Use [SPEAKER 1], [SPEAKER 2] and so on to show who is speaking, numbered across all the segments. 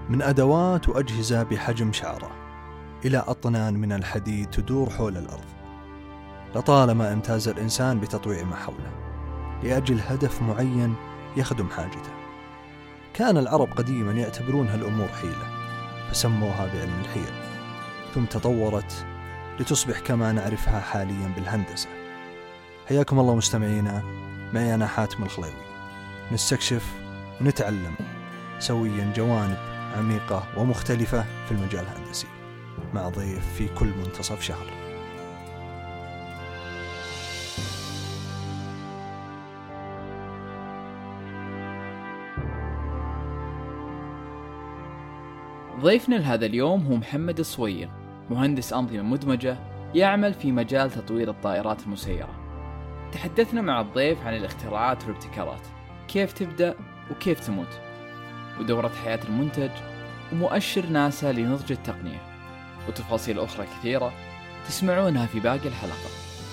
[SPEAKER 1] من أدوات وأجهزة بحجم شعرة إلى أطنان من الحديد تدور حول الأرض. لطالما امتاز الإنسان بتطويع ما حوله لأجل هدف معين يخدم حاجته. كان العرب قديما يعتبرون هالأمور حيلة فسموها بعلم الحيل، ثم تطورت لتصبح كما نعرفها حاليا بالهندسة. حياكم الله مستمعينا، معي أنا حاتم الخليوي، نستكشف ونتعلم سويا جوانب عميقة ومختلفة في المجال الهندسي مع ضيف في كل منتصف شهر.
[SPEAKER 2] ضيفنا لهذا اليوم هو محمد الصويغ، مهندس أنظمة مدمجة يعمل في مجال تطوير الطائرات المسيرة. تحدثنا مع الضيف عن الاختراعات والابتكارات، كيف تبدأ وكيف تموت، ودورة حياة المنتج، ومؤشر ناسا لنضج التقنية، وتفاصيل أخرى كثيرة تسمعونها في باقي الحلقة.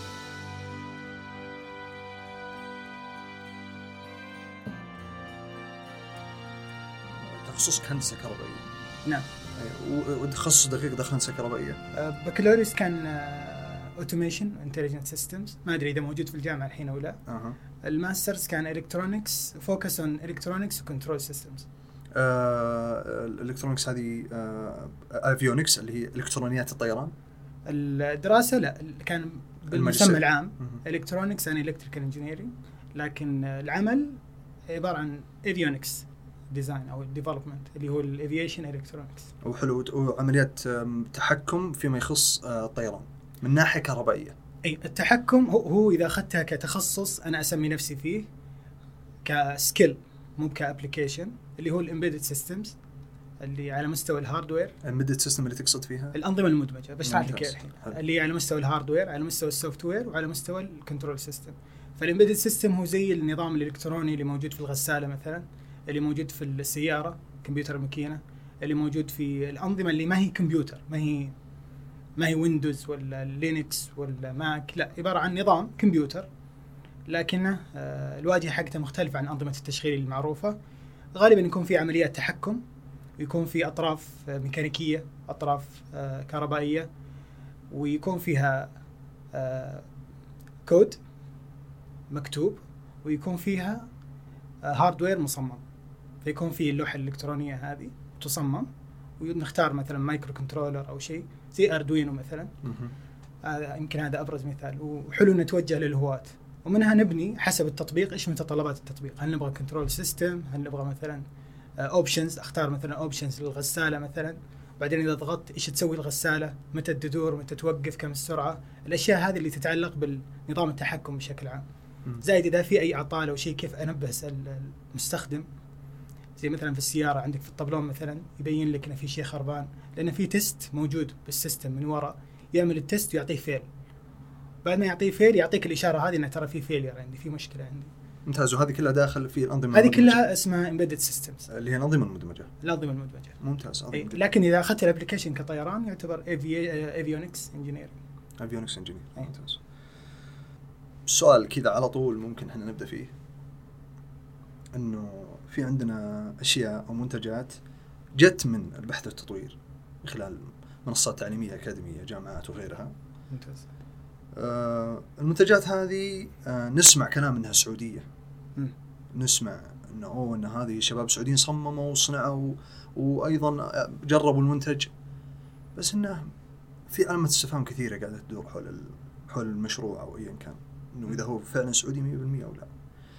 [SPEAKER 1] تخصصك هندسة كهربائية؟
[SPEAKER 3] نعم.
[SPEAKER 1] وتخصص دقيق دخل هندسة كهربائية؟
[SPEAKER 3] بكالوريوس كان اوتوميشن انتليجنت سيستمز، ما ادري اذا موجود في الجامعه الحين او لا. الماسترز كان الكترونكس، فوكس اون الكترونكس وكنترول سيستمز.
[SPEAKER 1] الالكترونكس هذه افيونكس اللي هي الكترونيات الطيران.
[SPEAKER 3] الدراسه لا، كان بالمسمى العام الكترونكس اند الكتريكال انجينيرنج، لكن العمل عباره عن افيونكس ديزاين او ديفلوبمنت اللي هو الافيشن الكترونكس.
[SPEAKER 1] وحلو، وعمليات تحكم فيما يخص الطيران من ناحيه كهربائيه.
[SPEAKER 3] اي التحكم هو اذا اخذتها كتخصص انا اسمي نفسي فيه كسكيل مو كابليكيشن، اللي هو الامبيدد سيستمز اللي على مستوى الهاردوير.
[SPEAKER 1] الامبيدد سيستم اللي تقصد فيها
[SPEAKER 3] الانظمه المدمجه، بشرح لك الحين اللي على مستوى الهاردوير، على مستوى السوفت وير، وعلى مستوى الكنترول سيستم. فالامبيدد سيستم هو زي النظام الالكتروني اللي موجود في الغساله مثلا، اللي موجود في السياره كمبيوتر الماكينه، اللي موجود في الانظمه اللي ما هي كمبيوتر، ما هي ويندوز ولا لينكس ولا ماك، لا، عباره عن نظام كمبيوتر لكنه الواجهه حقته مختلفه عن انظمه التشغيل المعروفه. غالبا يكون في عمليات تحكم، ويكون في اطراف ميكانيكيه، اطراف كهربائيه، ويكون فيها كود مكتوب، ويكون فيها هاردوير مصمم. فيكون فيه اللوحه الالكترونيه هذه تصمم، ونختار مثلا مايكرو كنترولر او شيء زي اردوينو مثلا. يمكن هذا ابرز مثال، وحلو نتوجه للهواة، ومنها نبني حسب التطبيق ايش متطلبات التطبيق. هل نبغى كنترول سيستم، هل نبغى مثلا اوبشنز، اختار مثلا اوبشنز للغساله مثلا، بعدين اذا ضغطت ايش تسوي الغساله، متى تدور، متى توقف، كم السرعه، الاشياء هذه اللي تتعلق بالنظام التحكم بشكل عام. زائد اذا في اي عطاله او شيء كيف انبه المستخدم، زي مثلا في السياره عندك في الطبلون مثلا يبين لك ان في شيء خربان، لان في تيست موجود بالسيستم من وراء يعمل التيست ويعطيه فيل. بعد ما يعطيه فيل يعطيك الاشاره هذه ان ترى في فيلير عندي، في مشكله عندي.
[SPEAKER 1] ممتاز. وهذه كلها داخل في الانظمه
[SPEAKER 3] هذه كلها اسمها امبيدد سيستمز،
[SPEAKER 1] اللي هي الانظمه المدمجه. ممتاز.
[SPEAKER 3] لكن اذا اخذت الابلكيشن كطيران يعتبر افيونكس انجينير.
[SPEAKER 1] ممتاز. السؤال كذا على طول ممكن احنا نبدا فيه، انه في عندنا اشياء او منتجات جت من البحث والتطوير من خلال منصات تعليميه اكاديميه، جامعات وغيرها.
[SPEAKER 3] ممتاز.
[SPEAKER 1] المنتجات هذه نسمع كلام انها سعوديه، نسمع انه هذه شباب سعوديين صمموا وصنعوا وايضا جربوا المنتج، بس انه في علامات استفهام كثيره قاعده تدور حول المشروع او ايا كان، انه اذا هو فعلا سعودي 100% او لا.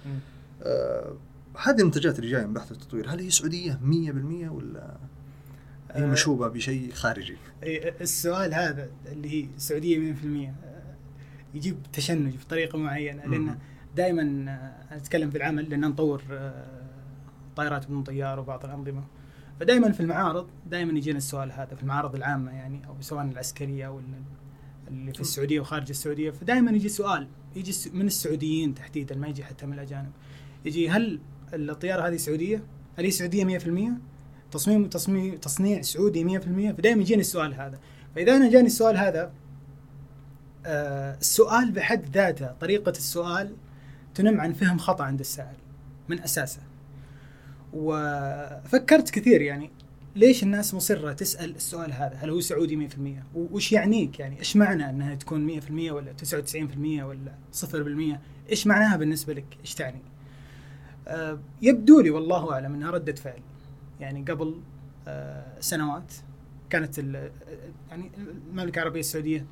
[SPEAKER 1] هذه المنتجات اللي جايه من بحث التطوير، هل هي سعوديه 100% ولا هي مشوبه بشيء خارجي؟
[SPEAKER 3] السؤال هذا اللي هي سعوديه 100% يجيب تشنج بطريقه معينه، لان دائما نتكلم في العمل لان نطور طائرات بدون طيار وبعض الانظمه، فدائما في المعارض دائما يجينا السؤال هذا، في المعارض العامه يعني، او سواء العسكريه او اللي في السعوديه وخارج السعوديه. فدائما يجي سؤال يجي من السعوديين تحديدا، ما يجي حتى من الاجانب، يجي هل الطياره هذه سعوديه؟ هل هي سعوديه 100%؟ تصنيع سعودي 100%؟ فدائما يجيني السؤال هذا. فاذا انا جاني السؤال هذا، السؤال بحد ذاته، طريقه السؤال تنم عن فهم خطأ عند السائل من اساسه. وفكرت كثير يعني ليش الناس مصرة تسأل السؤال هذا؟ هل هو سعودي 100%؟ وش يعنيك؟ يعني إيش معنى أنها تكون 100% ولا 99% ولا 0%؟ إيش معناها بالنسبة لك؟ إيش تعني؟ يبدو لي والله أعلم أنها ردة فعل. يعني قبل سنوات كانت يعني المملكة العربية السعودية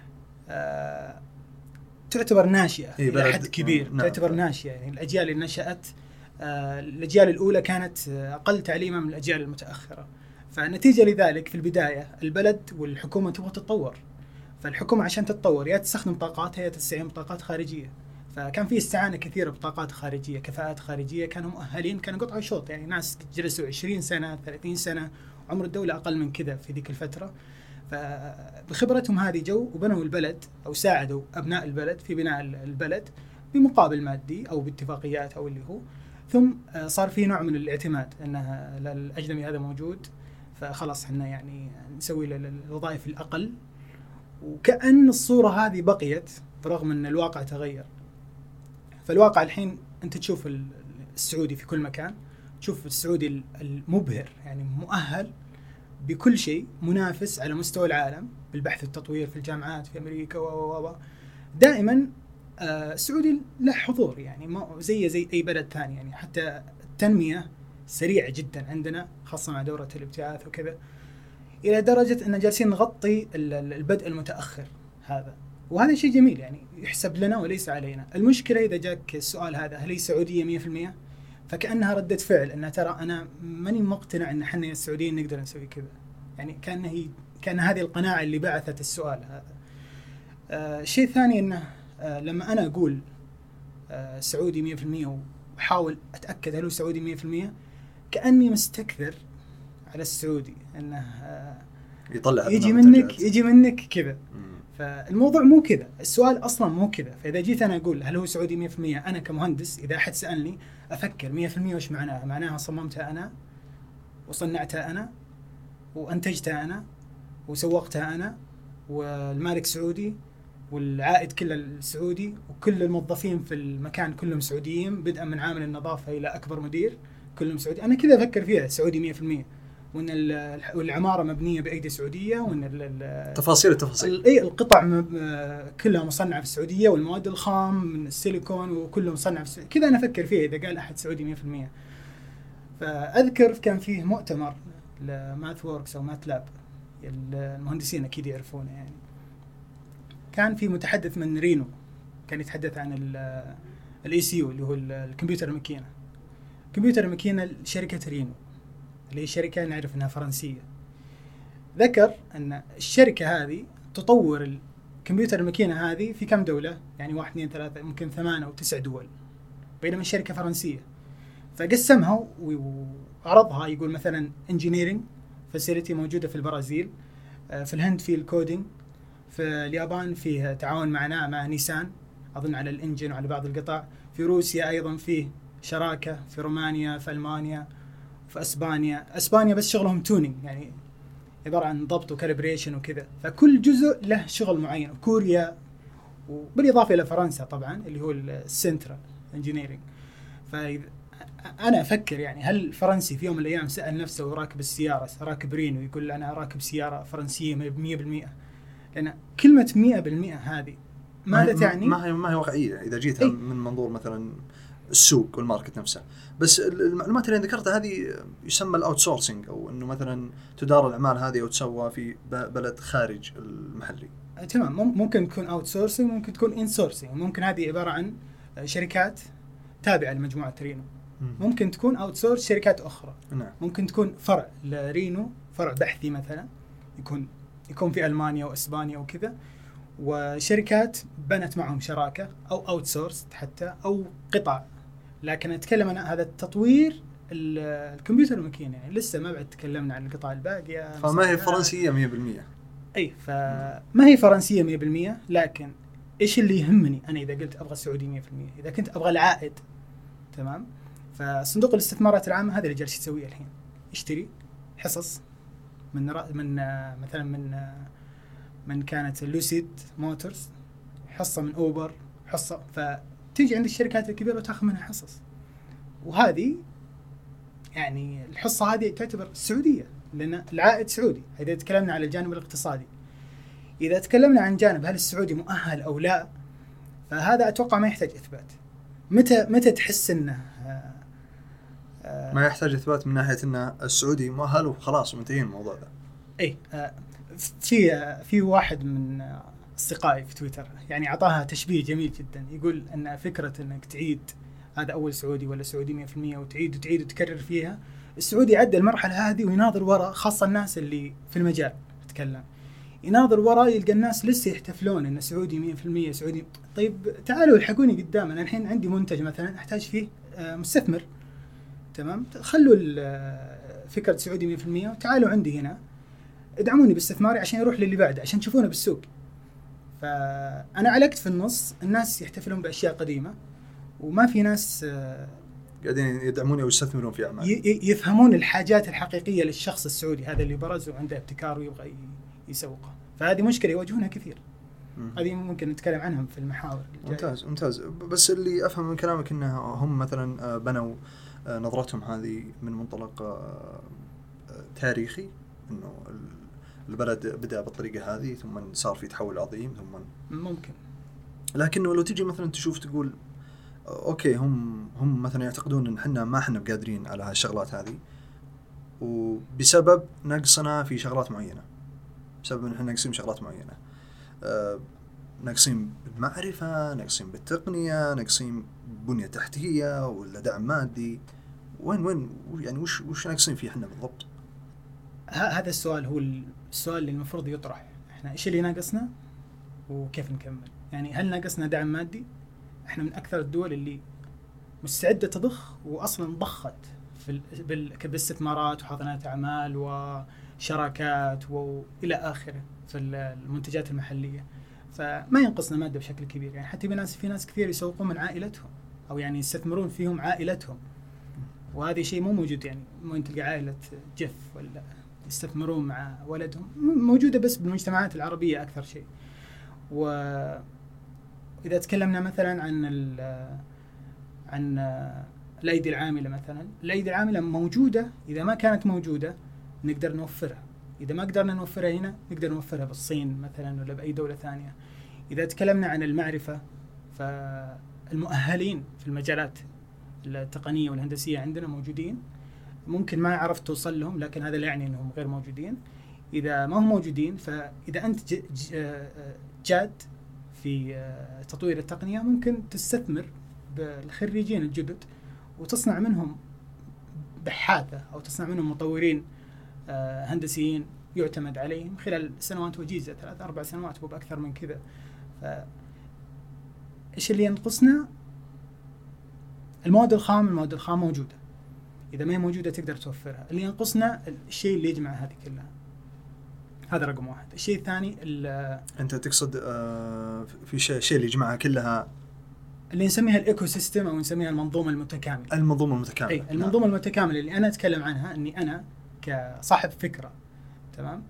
[SPEAKER 3] تعتبر ناشئة إلى حد كبير. تعتبر ناشئة، يعني الأجيال اللي نشأت الأجيال الأولى كانت أقل تعليما من الأجيال المتأخرة. فنتيجة لذلك في البداية البلد والحكومة تبغى تتطور، فالحكومة عشان تتطور يا تستخدم طاقاتها يا تستعين بطاقات خارجية. فكان في استعانة كثيرة بطاقات خارجية، كفاءات خارجية، كانوا مؤهلين، كانوا قطعوا شوط، يعني ناس جلسوا 20 سنة 30 سنة، عمر الدولة أقل من كذا في ذيك الفترة. فبخبرتهم هذه جو وبنوا البلد أو ساعدوا أبناء البلد في بناء البلد بمقابل مادي أو باتفاقيات أو اللي هو. ثم صار في نوع من الاعتماد أنها الأجنبي هذا موجود، فخلاص احنا يعني نسوي الوظائف الأقل. وكأن الصورة هذه بقيت برغم أن الواقع تغير. فالواقع الحين أنت تشوف السعودي في كل مكان، تشوف السعودي المبهر، يعني مؤهل بكل شيء، منافس على مستوى العالم بالبحث والتطوير في الجامعات في أمريكا دائما السعودي له حضور، يعني ما زي أي بلد ثاني. يعني حتى التنمية سريعة جدا عندنا، خاصة مع دورة الابتعاث وكذا، إلى درجة أن جالسين نغطي البدء المتأخر هذا. وهذا شيء جميل، يعني يحسب لنا وليس علينا. المشكلة إذا جاك السؤال هذا هل هي سعودية 100%؟ فكأنها ردة فعل أن ترى أنا ماني مقتنع أن حنا السعوديين نقدر نسوي كذا. يعني كان هذه القناعة اللي بعثت السؤال هذا. شيء ثاني أنه لما أنا أقول سعودي 100% وحاول أتأكد هل هو سعودي 100%، كأني مستكثر على السعودي أنه
[SPEAKER 1] يطلع
[SPEAKER 3] يجي منك كذا. فالموضوع مو كذا، السؤال أصلا مو كذا. فإذا جيت أنا أقول هل هو سعودي 100%، أنا كمهندس إذا أحد سألني أفكر 100% وش معناها؟ معناها صممتها أنا وصنعتها أنا وأنتجتها أنا وسوقتها أنا والمالك سعودي والعائد كله السعودي وكل الموظفين في المكان كلهم سعوديين، بدءا من عامل النظافة إلى أكبر مدير كلهم سعودي. أنا كذا أفكر فيها سعودي 100%، وإن العمارة مبنية بأيدي سعودية، وإن
[SPEAKER 1] تفاصيل
[SPEAKER 3] القطع كلها مصنعة في السعودية، والمواد الخام من السيليكون وكله مصنع في السعودية. كذا أنا أفكر فيها إذا قال أحد سعودي 100%. فأذكر كان فيه مؤتمر لماث ووركس أو مات لاب، المهندسين أكيد يعرفونه، يعني كان في متحدث من رينو كان يتحدث عن الECU اللي هو الكمبيوتر الماكينة. كمبيوتر الماكينة شركة رينو اللي هي شركة نعرف أنها فرنسية. ذكر أن الشركة هذه تطور الكمبيوتر الماكينة هذه في كم دولة، يعني 1 2 3 ممكن 8 أو 9 دول، بينما الشركة فرنسية. فقسمها وعرضها، يقول مثلا engineering facility موجودة في البرازيل، في الهند في الكودينج، في اليابان فيه تعاون مع نيسان أظن على الإنجن وعلى بعض القطع، في روسيا أيضا فيه شراكة، في رومانيا، في ألمانيا، في أسبانيا بس شغلهم تونينج، يعني عبارة عن ضبط وكاليبريشن وكذا. فكل جزء له شغل معين. كوريا، وبالإضافة إلى فرنسا طبعا اللي هو السنترال انجينيرينج. فأنا أفكر يعني هل فرنسي في يوم من الأيام سأل نفسه وراكب السيارة، راكب رينو، يقول أنا راكب سيارة فرنسية 100%؟ لأن كلمة 100% هذه ماذا تعني؟
[SPEAKER 1] ما هي واقعية إذا جيتها من منظور مثلا السوق والماركت نفسه. بس المعلومات اللي ذكرتها هذه يسمى الاوتسورسنج، او انه مثلا تدار الاعمال هذه او تسوى في بلد خارج المحلي.
[SPEAKER 3] تمام، ممكن تكون اوتسورسنج، ممكن تكون انسورسنج، ممكن هذه عباره عن شركات تابعه لمجموعه رينو، ممكن تكون اوتسورس شركات اخرى.
[SPEAKER 1] نعم.
[SPEAKER 3] ممكن تكون فرع لرينو، فرع بحثي مثلا يكون في المانيا واسبانيا وكذا، وشركات بنت معهم شراكه او اوتسورس حتى، او قطع. لكن أتكلم أنا هذا التطوير الكمبيوتر الماكينة، يعني لسه ما بعد تكلمنا عن القطع الباقية.
[SPEAKER 1] فما هي فرنسية 100%.
[SPEAKER 3] أي فما هي فرنسية 100%. لكن إيش اللي يهمني أنا إذا قلت أبغى السعودي 100%؟ إذا كنت أبغى العائد، تمام، فصندوق الاستثمارات العامة هذا اللي جالس يسويه الحين، يشتري حصص من مثلا من كانت لوسيد موتورز، حصة من أوبر، حصة، تيجي عند الشركات الكبيرة وتأخذ منها حصص. وهذه يعني الحصة هذه تعتبر سعودية لأن العائد سعودي. إذا تكلمنا على الجانب الاقتصادي، إذا تكلمنا عن جانب هل السعودي مؤهل أو لا، فهذا أتوقع ما يحتاج إثبات. متى تحس إنه
[SPEAKER 1] ما يحتاج إثبات من ناحية إن السعودي مؤهل وخلاص منتهين الموضوع ذا.
[SPEAKER 3] أي في واحد من أصدقائي في تويتر يعني أعطاها تشبيه جميل جدا، يقول أن فكرة أنك تعيد هذا أول سعودي ولا سعودي 100% وتعيد وتكرر فيها. السعودي عدى المرحلة هذه ويناظر وراء، خاصة الناس اللي في المجال أتكلم، يناظر وراء يلقى الناس لسه يحتفلون أن سعودي 100% سعودي. طيب تعالوا الحقوني قدام، أنا الحين عندي منتج مثلا أحتاج فيه مستثمر، تمام، خلوا فكرة سعودي 100% وتعالوا عندي هنا ادعموني باستثماري عشان يروح للي بعده، عشان تشوفونه بالسوق. فأنا علقت في النص، الناس يحتفلون بأشياء قديمة وما في ناس
[SPEAKER 1] قاعدين يدعموني ويستثمرون في أعمال،
[SPEAKER 3] يفهمون الحاجات الحقيقية للشخص السعودي هذا اللي برز وعنده ابتكار ويبغى يسوقه. فهذه مشكلة يواجهونها كثير. هذه ممكن نتكلم عنهم في المحاور الجاية.
[SPEAKER 1] ممتاز. بس اللي أفهم من كلامك إنه هم مثلا بنوا نظرتهم هذه من منطلق تاريخي، إنه البلد بدأ بالطريقة هذه ثم صار في تحول عظيم ثم
[SPEAKER 3] ممكن.
[SPEAKER 1] لكنه لو تجي مثلا تشوف تقول أوكي هم مثلا يعتقدون إن إحنا ما إحنا قادرين على هالشغلات هذه، وبسبب نقصنا في شغلات معينة، بسبب إن إحنا ناقصين شغلات معينة، ناقصين بالمعرفة، ناقصين بالتقنية، ناقصين بنية تحتية ولا دعم مادي. وين يعني وش ناقصين فيه إحنا بالضبط؟
[SPEAKER 3] هذا السؤال هو السؤال اللي المفروض يطرح. إحنا إيش اللي ناقصنا وكيف نكمل؟ يعني هل ناقصنا دعم مادي؟ إحنا من أكثر الدول اللي مستعدة تضخ وأصلاً ضخت بالاستثمارات وحاضنات أعمال وشراكات وإلى آخره في المنتجات المحلية. فما ينقصنا مادة بشكل كبير. يعني حتى في ناس كثير يسوقون من عائلتهم أو يعني يستثمرون فيهم عائلتهم، وهذا شيء مو موجود. يعني مو تلقى عائلة جف ولا يستثمرون مع ولدهم، موجودة بس بالمجتمعات العربية أكثر شيء. وإذا تكلمنا مثلا عن الأيدي العاملة، مثلا الأيدي العاملة موجودة، إذا ما كانت موجودة نقدر نوفرها، إذا ما قدرنا نوفرها هنا نقدر نوفرها بالصين مثلا ولا بأي دولة ثانية. إذا تكلمنا عن المعرفة، فالمؤهلين في المجالات التقنية والهندسية عندنا موجودين، ممكن ما عرفت توصل لهم، لكن هذا لا يعني أنهم غير موجودين. إذا ما هم موجودين، فإذا أنت جاد في تطوير التقنية ممكن تستثمر بالخريجين الجدد وتصنع منهم بحاثة أو تصنع منهم مطورين هندسيين يعتمد عليهم خلال سنوات وجيزة 3-4 سنوات وبأكثر من كذا. إيش اللي ينقصنا؟ المواد الخام موجودة، إذا ما هي موجودة تقدر توفرها. اللي ينقصنا الشيء اللي يجمع هذه كلها، هذا رقم واحد. الشيء الثاني
[SPEAKER 1] أنت تقصد في شيء اللي يجمعها كلها،
[SPEAKER 3] اللي نسميها الإيكو سيستم أو نسميها المنظومة المتكاملة. أي المنظومة المتكاملة اللي أنا أتكلم عنها، أني أنا كصاحب فكرة، تمام،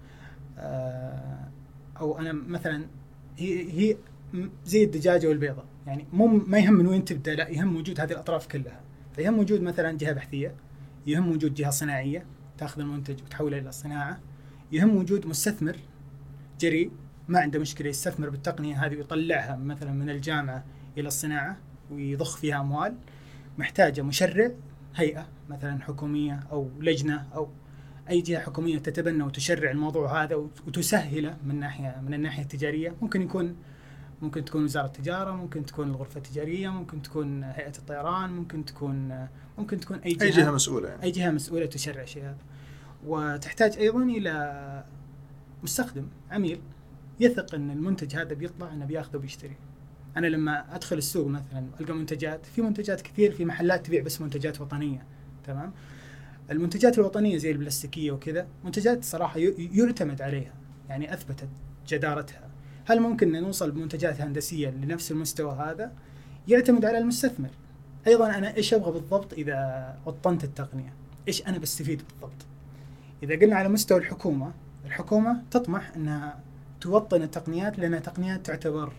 [SPEAKER 3] أو أنا مثلا هي زي الدجاجة والبيضة، يعني ما يهم من وين تبدأ، لا يهم وجود هذه الأطراف كلها. فيهم وجود مثلا جهة بحثية، يهم وجود جهة صناعية تأخذ المنتج وتحوله إلى الصناعة، يهم وجود مستثمر جريء ما عنده مشكلة يستثمر بالتقنية هذه ويطلعها مثلا من الجامعة إلى الصناعة ويضخ فيها أموال. محتاجة مشرع، هيئة مثلا حكومية أو لجنة أو أي جهة حكومية تتبنى وتشرع الموضوع هذا وتسهله من الناحية التجارية. ممكن تكون وزارة التجارة، ممكن تكون الغرفة التجارية، ممكن تكون هيئة الطيران، ممكن تكون أي جهة مسؤولة، يعني أي جهة مسؤولة تشرع شيء هذا. وتحتاج أيضا إلى مستخدم، عميل يثق أن المنتج هذا بيطلع أنه بياخذه وبيشتري. أنا لما أدخل السوق مثلا ألقى منتجات كثير في محلات تبيع بس منتجات وطنية، تمام. المنتجات الوطنية زي البلاستيكية وكذا منتجات صراحة يعتمد عليها، يعني أثبتت جدارتها. هل ممكن نوصل بمنتجات هندسية لنفس المستوى هذا؟ يعتمد على المستثمر. أيضا أنا إيش أبغى بالضبط إذا وطنت التقنية، إيش أنا بستفيد بالضبط. إذا قلنا على مستوى الحكومة تطمح أنها توطن التقنيات، لأنها تقنيات تعتبر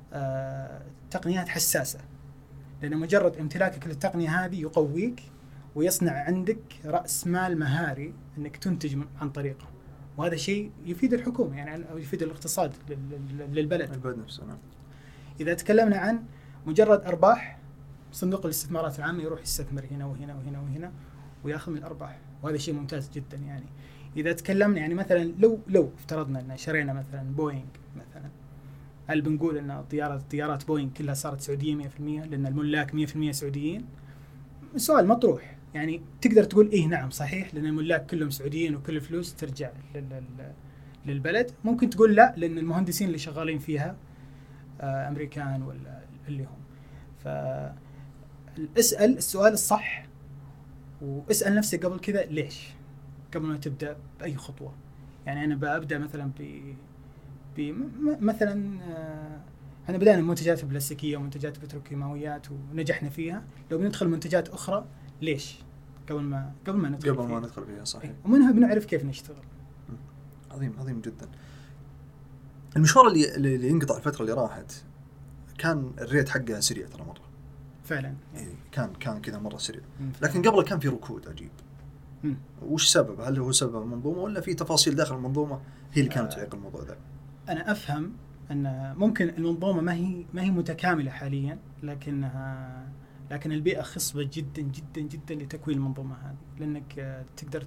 [SPEAKER 3] تقنيات حساسة، لأن مجرد امتلاكك للتقنية هذه يقويك ويصنع عندك رأس مال مهاري انك تنتج عن طريقه، وهذا شيء يفيد الحكومة يعني، أو يفيد الاقتصاد للبلد.
[SPEAKER 1] البلد نفسه. نعم.
[SPEAKER 3] إذا تكلمنا عن مجرد أرباح، صندوق الاستثمارات العامة يروح يستثمر هنا وهنا وهنا وهنا ويأخذ من الأرباح، وهذا شيء ممتاز جدا يعني. إذا تكلمنا يعني مثلا لو افترضنا أن شرينا مثلا بوينغ مثلا، هل بنقول أن طيارات بوينغ كلها صارت سعودية 100% لأن الملاك 100% سعوديين؟ سؤال مطروح يعني. تقدر تقول إيه نعم صحيح لأن الملاك كلهم سعوديين وكل الفلوس ترجع للبلد. ممكن تقول لا لأن المهندسين اللي شغالين فيها أمريكان ولا اللي هم. فاسأل السؤال الصح واسأل نفسك قبل كذا ليش، قبل ما تبدأ بأي خطوة. يعني أنا بأبدأ مثلا مثلا احنا بدأنا منتجات بلاستيكية ومنتجات بتروكيماويات ونجحنا فيها، لو بندخل منتجات أخرى ليش قبل ما ندخل
[SPEAKER 1] فيها. صحيح.
[SPEAKER 3] ومنها بنعرف كيف نشتغل.
[SPEAKER 1] عظيم جدا. المشوار اللي ينقطع الفترة اللي راحت كان الريت حقها سريع ترى مرة
[SPEAKER 3] فعلا
[SPEAKER 1] يعني. كان كذا مرة سريع، لكن قبله كان في ركود عجيب. وش سبب؟ هل هو سبب المنظومة ولا في تفاصيل داخل المنظومة هي اللي كانت تعيق الموضوع ذا؟
[SPEAKER 3] أنا أفهم أن ممكن المنظومة ما هي متكاملة حاليا، لكن البيئة خصبة جدا جدا جدا لتكوين المنظومة هذه، لأنك تقدر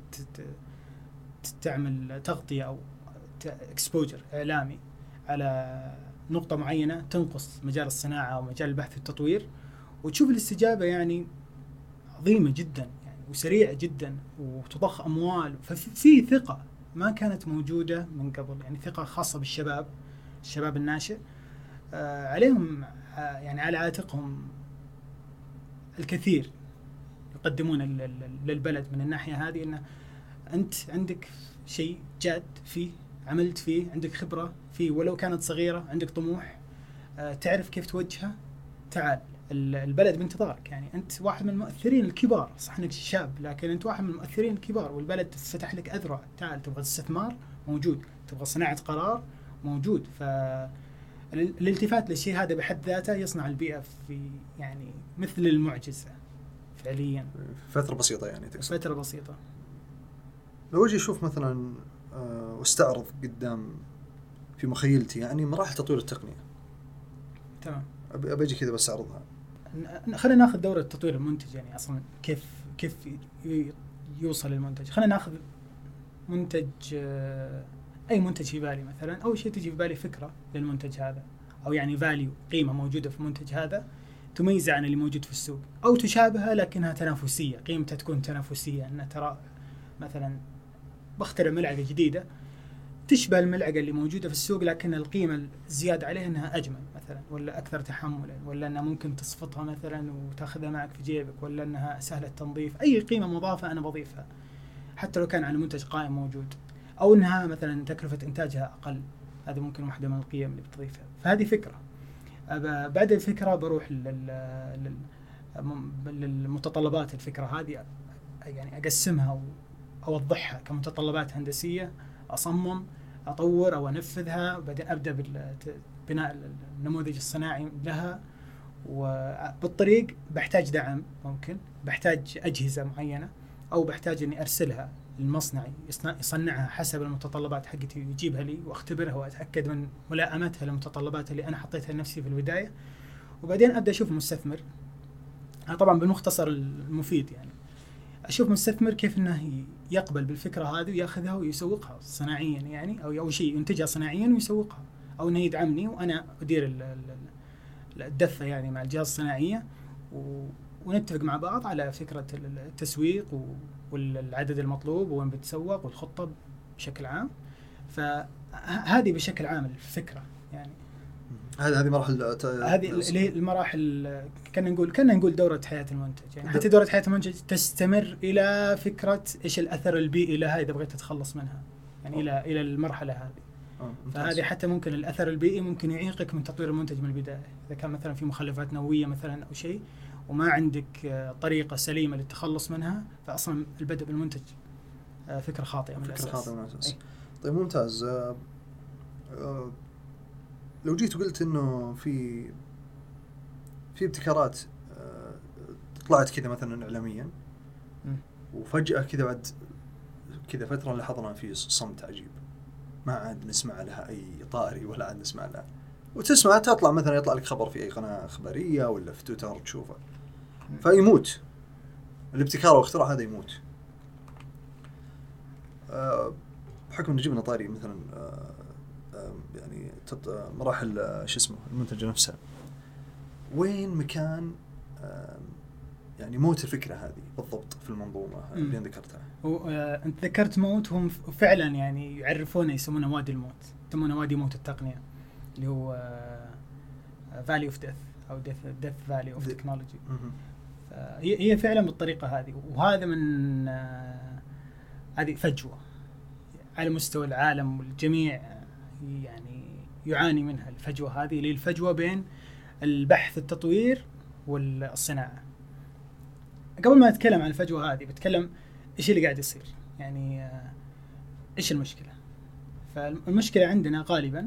[SPEAKER 3] تعمل تغطية أو اكسبوجر إعلامي على نقطة معينة تنقص مجال الصناعة ومجال البحث والتطوير، وتشوف الاستجابة يعني عظيمة جدا يعني وسريعة جدا وتضخ أموال. ففي ثقة ما كانت موجودة من قبل، يعني ثقة خاصة بالشباب الناشئ. عليهم يعني على عاتقهم الكثير يقدمون للبلد من الناحية هذه، إن أنت عندك شيء جاد فيه، عملت فيه، عندك خبرة فيه ولو كانت صغيرة، عندك طموح، تعرف كيف توجهها، تعال البلد بانتظارك. يعني أنت واحد من المؤثرين الكبار، صح أنك شاب لكن أنت واحد من المؤثرين الكبار، والبلد فتح لك أذرع. تعال، تبغى استثمار موجود، تبغى صناعة قرار موجود. فالالتفات للشيء هذا بحد ذاته يصنع البيئة في يعني مثل المعجزة فعليا.
[SPEAKER 1] فترة بسيطة يعني تقصد؟
[SPEAKER 3] فترة بسيطة.
[SPEAKER 1] لو أجي أشوف مثلا واستعرض قدام في مخيلتي يعني مراحل تطوير التقنية.
[SPEAKER 3] تمام.
[SPEAKER 1] أبجي كذا بس أعرضها.
[SPEAKER 3] خلينا ناخذ دورة تطوير المنتج، يعني أصلا كيف يوصل المنتج. خلينا ناخذ منتج، أي منتج في بالي مثلا. أول شيء تجي في بالي فكرة للمنتج هذا، أو يعني فاليو، قيمة موجودة في المنتج هذا تميزه عن اللي موجود في السوق، أو تشابهه لكنها تنافسية، قيمتها تكون تنافسية. أن ترى مثلا بخترع ملعقة جديدة تشبه الملعقة اللي موجودة في السوق، لكن القيمة الزيادة عليها أنها أجمل مثلا، ولا أكثر تحملا، ولا أنها ممكن تصفطها مثلا وتأخذها معك في جيبك، ولا أنها سهلة التنظيف. أي قيمة مضافة أنا بضيفها حتى لو كان على منتج قائم موجود، أو أنها مثلا تكلفة إنتاجها أقل. هذه ممكن واحدة من القيم اللي بتضيفها. فهذه فكرة. بعد الفكرة بروح للمتطلبات الفكرة هذه، يعني أقسمها وأوضحها كمتطلبات هندسية، أصمم، أطور أو أنفذها، وبعدين أبدأ ببناء النموذج الصناعي لها. وبالطريق بحتاج دعم، ممكن بحتاج أجهزة معينة، أو بحتاج أني أرسلها للمصنع يصنعها حسب المتطلبات حقتي، يجيبها لي وأختبرها وأتأكد من ملائمتها للمتطلبات اللي أنا حطيتها لنفسي في البداية. وبعدين أبدأ أشوف مستثمر. طبعا بالمختصر المفيد يعني أشوف مستثمر كيف أنه يقبل بالفكرة هذه ويأخذها ويسوقها صناعيا، يعني أو شيء ينتجها صناعيا ويسوقها، أو أنه يدعمني وأنا أدير الدفة يعني مع الجهة الصناعية، ونتفق مع بعض على فكرة التسويق والعدد المطلوب وين بتسوق والخطة بشكل عام. فهذه بشكل عام الفكرة يعني.
[SPEAKER 1] هذه مراحل،
[SPEAKER 3] هذه اللي هي المراحل. كنا نقول دورة حياة المنتج يعني. حتى دورة حياة المنتج تستمر إلى فكرة إيش الأثر البيئي لها إذا بغيت تتخلص منها يعني إلى المرحلة هذه. فهذه حتى ممكن الأثر البيئي ممكن يعيقك من تطوير المنتج من البداية، إذا كان مثلا في مخلفات نووية مثلا أو شيء وما عندك طريقة سليمة للتخلص منها، فأصلا البدء بالمنتج فكرة خاطئة من الأساس.
[SPEAKER 1] طيب ممتاز. لو جيت وقلت إنه في ابتكارات طلعت كذا مثلا إعلاميا وفجأة كذا بعد كذا فترة لاحظنا في صمت عجيب، ما عاد نسمع لها أي طائري ولا عاد نسمع لها. وتسمع تطلع مثلا يطلع لك خبر في أي قناة إخبارية ولا في تويتر تشوفه، فيموت الابتكار والاختراع هذا يموت. بحكم إن جبنا طاري مثلا يعني مراحل شو اسمه المنتج نفسها، وين مكان يعني موت الفكرة هذه بالضبط في المنظومة اللي ذكرتها.
[SPEAKER 3] أنت ذكرت موت، هم فعلا يعني يعرفونه يسمونه وادي الموت، يسمونه وادي موت التقنية، اللي هو Valley of Death أو Death Valley of Technology. هي فعلا بالطريقة هذه، وهذا من هذه فجوة على مستوى العالم، والجميع يعني يعاني منها الفجوة هذه، اللي الفجوة بين البحث التطوير والصناعة. قبل ما أتكلم عن الفجوة هذه بتكلم إيش اللي قاعد يصير، يعني إيش المشكلة. فالمشكلة عندنا غالبا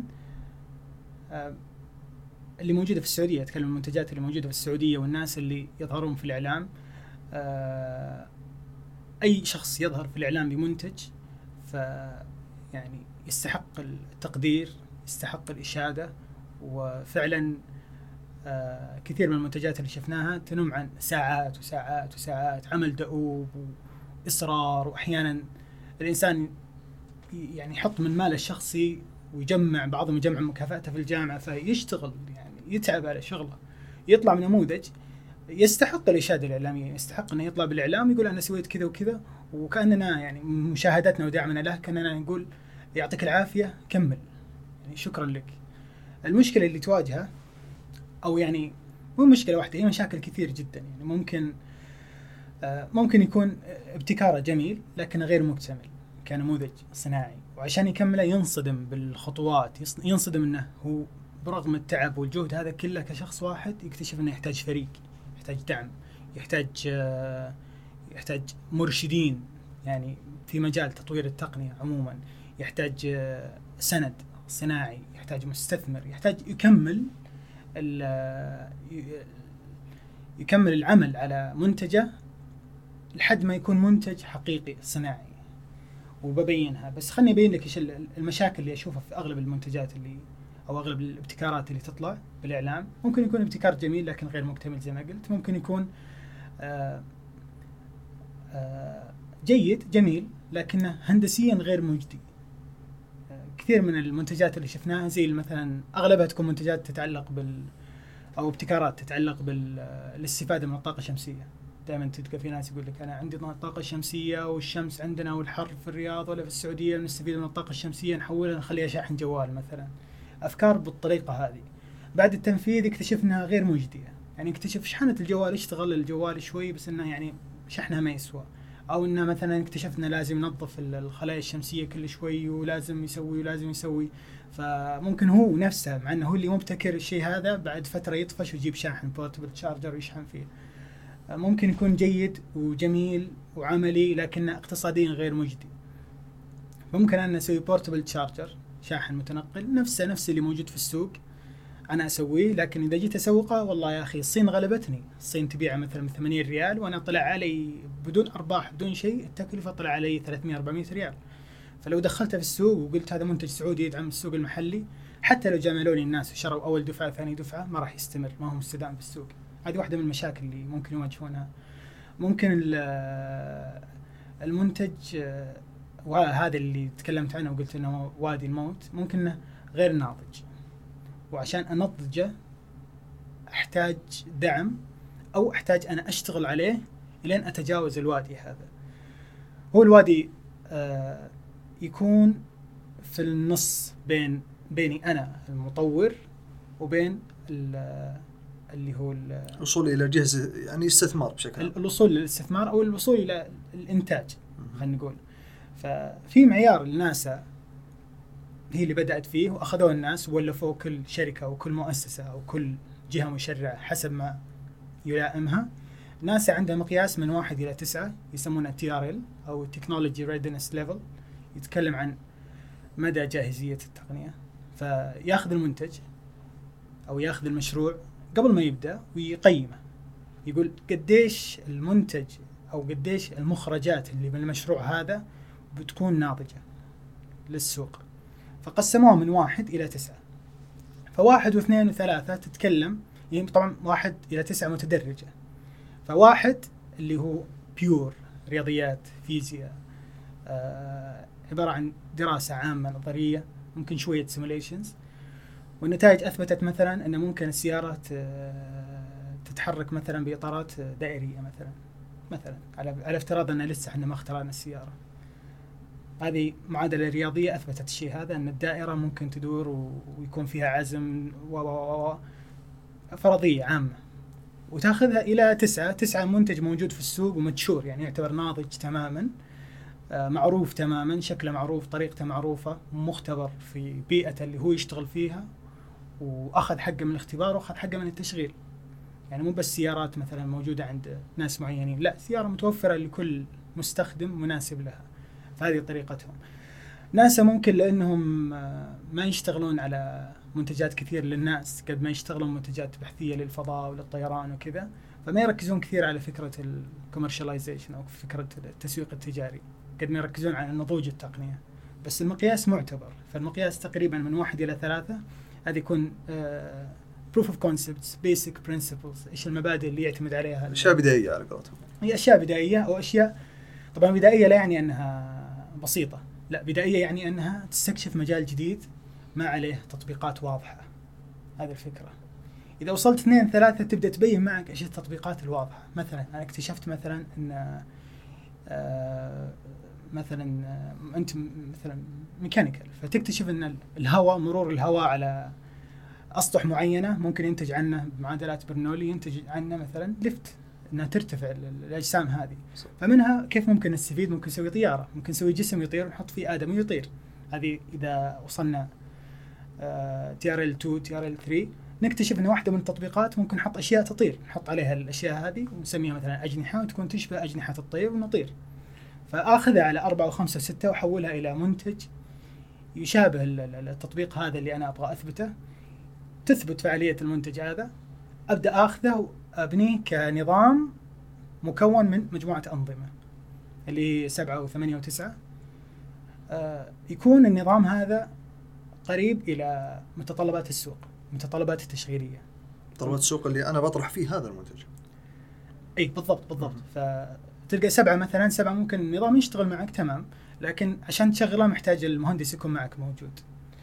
[SPEAKER 3] اللي موجودة في السعودية، أتكلم المنتجات اللي موجودة في السعودية والناس اللي يظهرون في الإعلام. أي شخص يظهر في الإعلام بمنتج يعني يستحق التقدير، يستحق الإشادة. وفعلا كثير من المنتجات اللي شفناها تنم عن ساعات وساعات وساعات عمل دؤوب وإصرار، وأحيانا الإنسان يعني يحط من ماله الشخصي ويجمع، بعضهم يجمع مكافأته في الجامعة، فيشتغل يعني يتعب على شغله، يطلع من نموذج يستحق الإشادة الإعلامية، يستحق أنه يطلع بالإعلام يقول أنا سويت كذا وكذا، وكأننا يعني مشاهدتنا ودعمنا له كأننا نقول يعطيك العافية كمل، يعني شكرا لك. المشكلة اللي تواجهها، أو يعني مو مشكلة واحدة، هي مشاكل كثير جدا. يعني ممكن يكون ابتكاره جميل لكنه غير مكتمل كنموذج صناعي، وعشان يكمله ينصدم بالخطوات، ينصدم أنه هو برغم التعب والجهد هذا كله كشخص واحد يكتشف أنه يحتاج فريق، يحتاج دعم، يحتاج مرشدين يعني في مجال تطوير التقنية عموما، يحتاج سند صناعي، يحتاج مستثمر، يحتاج يكمل العمل على منتجه لحد ما يكون منتج حقيقي صناعي. وببينها، بس خلني أبين لك إيش المشاكل اللي أشوفها في أغلب المنتجات اللي أو أغلب الابتكارات اللي تطلع بالإعلام. ممكن يكون ابتكار جميل لكن غير مكتمل زي ما قلت، ممكن يكون جيد جميل لكنه هندسيا غير مجدي. كثير من المنتجات اللي شفناها زي مثلا أغلبها تكون منتجات تتعلق أو ابتكارات تتعلق بالاستفادة من الطاقة الشمسية. دائما تلقى في ناس يقول لك أنا عندي طاقة شمسية والشمس عندنا والحر في الرياض ولا في السعودية، نستفيد من الطاقة الشمسية نحولها نخليها شاحن جوال مثلا. أفكار بالطريقة هذه بعد التنفيذ اكتشفنا غير مجدية. يعني اكتشف شحنة الجوال، اشتغل الجوال شوي بس إنه يعني شحنها ما يسوى، أو إنه مثلا اكتشفنا لازم ننظف الخلايا الشمسية كل شوي ولازم يسوي. فممكن هو نفسه مع إنه هو اللي مبتكر الشيء هذا بعد فترة يطفش ويجيب شاحن بورتبل تشارجر ويشحن فيه. ممكن يكون جيد وجميل وعملي لكنه اقتصاديا غير مجدي. ممكن أن نسوي بورتبل تشارجر، شاحن متنقل نفس اللي موجود في السوق، أنا أسويه، لكن إذا جيت أسوقه والله يا أخي الصين غلبتني، الصين تبيعه مثلا 80 ريال وأنا طلع علي بدون أرباح بدون شيء التكلفة طلع علي 300-400 ريال. فلو دخلته في السوق وقلت هذا منتج سعودي يدعم السوق المحلي، حتى لو جاملوني الناس وشروا أول دفعة ثاني دفعة ما راح يستمر، ما هو مستدام في السوق. هذه واحدة من المشاكل اللي ممكن يواجهونها. ممكن المنتج وهذا اللي تكلمت عنه وقلت إنه وادي الموت، ممكن إنه غير ناضج، وعشان أنضجه أحتاج دعم أو أحتاج أنا أشتغل عليه لين أتجاوز الوادي هذا. هو الوادي يكون في النص بيني أنا المطور وبين اللي هو
[SPEAKER 1] الوصول إلى جهة يعني استثمار بشكل
[SPEAKER 3] الوصول للاستثمار أو الوصول إلى الإنتاج خلينا نقول. ففي معيار الناسا هي اللي بدأت فيه وأخذوه الناس وولفوا كل شركة وكل مؤسسة أو كل جهة مشرعة حسب ما يلائمها. ناسا عندها مقياس من 1 إلى 9 يسمونه TRL أو Technology Readiness Level، يتكلم عن مدى جاهزية التقنية. فياخذ المنتج أو ياخذ المشروع قبل ما يبدأ ويقيمه، يقول قديش المنتج أو قديش المخرجات اللي من المشروع هذا بتكون ناضجة للسوق. فقسموها من 1 إلى 9. ف1 و2 و3 تتكلم يعني طبعا 1 إلى 9 متدرجة. ف1 اللي هو بيور رياضيات فيزياء، عبارة عن دراسة عامة نظرية، ممكن شوية سيموليشنز، والنتائج أثبتت مثلا أن ممكن السيارة تتحرك مثلا بإطارات دائرية مثلا على افتراض أن لسه احنا ما اخترعنا السيارة. هذه معادلة رياضية أثبتت الشيء هذا، أن الدائرة ممكن تدور ويكون فيها عزم فرضية عامة، وتأخذها إلى 9 منتج موجود في السوق ومتشور، يعني يعتبر ناضج تماما، معروف تماما، شكله معروف، طريقته معروفة، مختبر في بيئة اللي هو يشتغل فيها، وأخذ حقه من الاختبار وأخذ حقه من التشغيل. يعني مو بس سيارات مثلا موجودة عند ناس معينين، لا، سيارة متوفرة لكل مستخدم مناسب لها. فهذه طريقتهم. ناسا ممكن لأنهم ما يشتغلون على منتجات كثير للناس قد ما يشتغلون منتجات بحثية للفضاء وللطيران وكذا، فما يركزون كثير على فكرة الكوميرشاليزيشن أو فكرة التسويق التجاري، قد ما يركزون على نضوج التقنية. بس المقياس معتبر، فالمقياس تقريبا من 1 إلى 3. هذا يكون proof of concepts, basic principles، إيش المبادئ اللي يعتمد عليها.
[SPEAKER 1] أشياء بدائية على قولتهم.
[SPEAKER 3] هي أشياء بدائية أو أشياء، طبعا بدائية لا يعني أنها بسيطة، لا، بدائية يعني أنها تستكشف مجال جديد ما عليه تطبيقات واضحة. هذه الفكرة. إذا وصلت 2 3 تبدأ تبين معك إيش التطبيقات الواضحة. مثلا أنا اكتشفت مثلا أن مثلا أنت مثلا ميكانيكال، فتكتشف أن الهواء، مرور الهواء على أسطح معينة ممكن ينتج عنه معادلات برنولي، ينتج عنه مثلا ليفت، أنها ترتفع الأجسام هذه. فمنها كيف ممكن نستفيد؟ ممكن نسوي طيارة، ممكن نسوي جسم يطير ونحط فيه آدم ويطير. هذه إذا وصلنا TRL2 TRL3 نكتشف أن واحدة من التطبيقات ممكن نحط أشياء تطير، نحط عليها الأشياء هذه ونسميها مثلا أجنحة، وتكون تشبه أجنحة الطير ونطير. فآخذها على 4 و5 و6 وحولها إلى منتج يشابه التطبيق هذا اللي أنا أبغى أثبته، تثبت فعالية المنتج هذا، أبدأ أخذه وأبنيه كنظام مكون من مجموعة أنظمة اللي 7 و8 و9. يكون النظام هذا قريب إلى متطلبات السوق، متطلبات التشغيلية،
[SPEAKER 1] متطلبات السوق اللي أنا بطرح فيه هذا المنتج.
[SPEAKER 3] أي بالضبط. فتلقى 7 مثلا، 7 ممكن النظام يشتغل معك تمام، لكن عشان تشغله محتاج المهندس يكون معك موجود.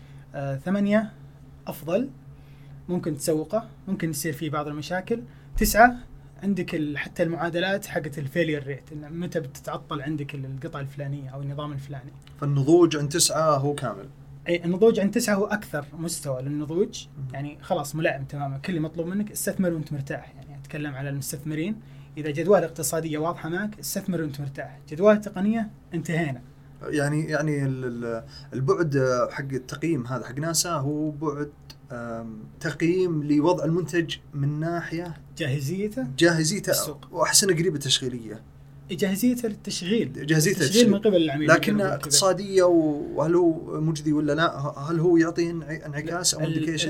[SPEAKER 3] 8 أفضل، ممكن تسوقه، ممكن يصير فيه بعض المشاكل. 9 عندك حتى المعادلات حقت الفيلير ريت، إن متى بتتعطل عندك القطعة الفلانية أو النظام الفلاني.
[SPEAKER 1] فالنضوج عند 9 هو كامل.
[SPEAKER 3] أي النضوج عند 9 هو أكثر مستوى للنضوج، يعني خلاص ملائم تماما. كل اللي مطلوب منك استثمر وانت مرتاح. يعني أتكلم على المستثمرين، إذا جدوال اقتصادية واضحة معك استثمر وانت مرتاح. جدوال تقنية انتهينا.
[SPEAKER 1] يعني البعد حق التقييم هذا حق ناسا هو بعد تقييم لوضع المنتج من ناحية
[SPEAKER 3] جاهزيته
[SPEAKER 1] السوق، وأحسن قريبة تشغيلية،
[SPEAKER 3] جاهزيته للتشغيل،
[SPEAKER 1] جاهزية التشغيل
[SPEAKER 3] من قبل العميل،
[SPEAKER 1] لكن اقتصادية، وهل هو مجدي ولا لا؟ هل هو يعطي انعكاس أو انديكيشن؟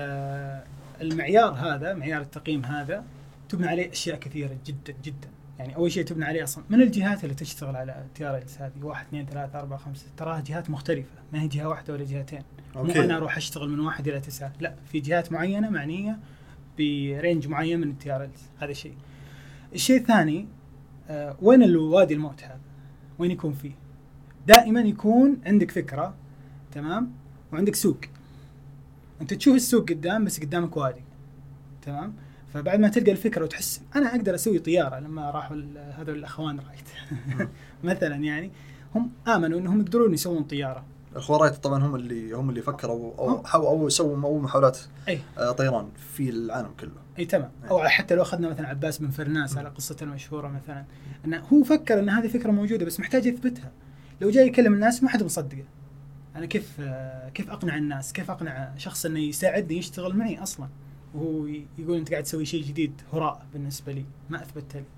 [SPEAKER 3] المعيار هذا، معيار التقييم هذا تبنى عليه أشياء كثيرة جدا جدا. يعني أول شيء تبنى عليه أصلا من الجهات اللي تشتغل على TRLs هذه، 1 2 3 4 5 تراها جهات مختلفة، ما هي جهة واحدة ولا جهتين. مو أنا أروح أشتغل من 1 إلى 9، لا، في جهات معينة معنية برينج معين من TRLs. هذا شيء. الشيء الثاني، وين الوادي الموت هذا؟ وين يكون فيه؟ دائما يكون عندك فكرة، تمام، وعندك سوق. أنت تشوف السوق قدام، بس قدامك وادي، تمام. فبعد ما تلقى الفكرة وتحس أنا أقدر أسوي طيارة، لما راحوا هذول الأخوان رايت مثلا، يعني هم آمنوا أنهم يقدرون يسوون طيارة.
[SPEAKER 1] الأخوان رايت طبعا هم اللي فكروا أو سووا أول محاولات طيران في العالم كله.
[SPEAKER 3] أي تمام. أو حتى لو أخذنا مثلا عباس بن فرناس على قصته المشهورة مثلا، أنه هو فكر أن هذه فكرة موجودة بس محتاج يثبتها. لو جاي يكلم الناس ما حد مصدقه. أنا كيف أقنع الناس؟ كيف أقنع شخص أنه يساعدني يشتغل معي أصلا، وهو يقول أنت قاعد تسوي شيء جديد هراء بالنسبة لي ما أثبت لي.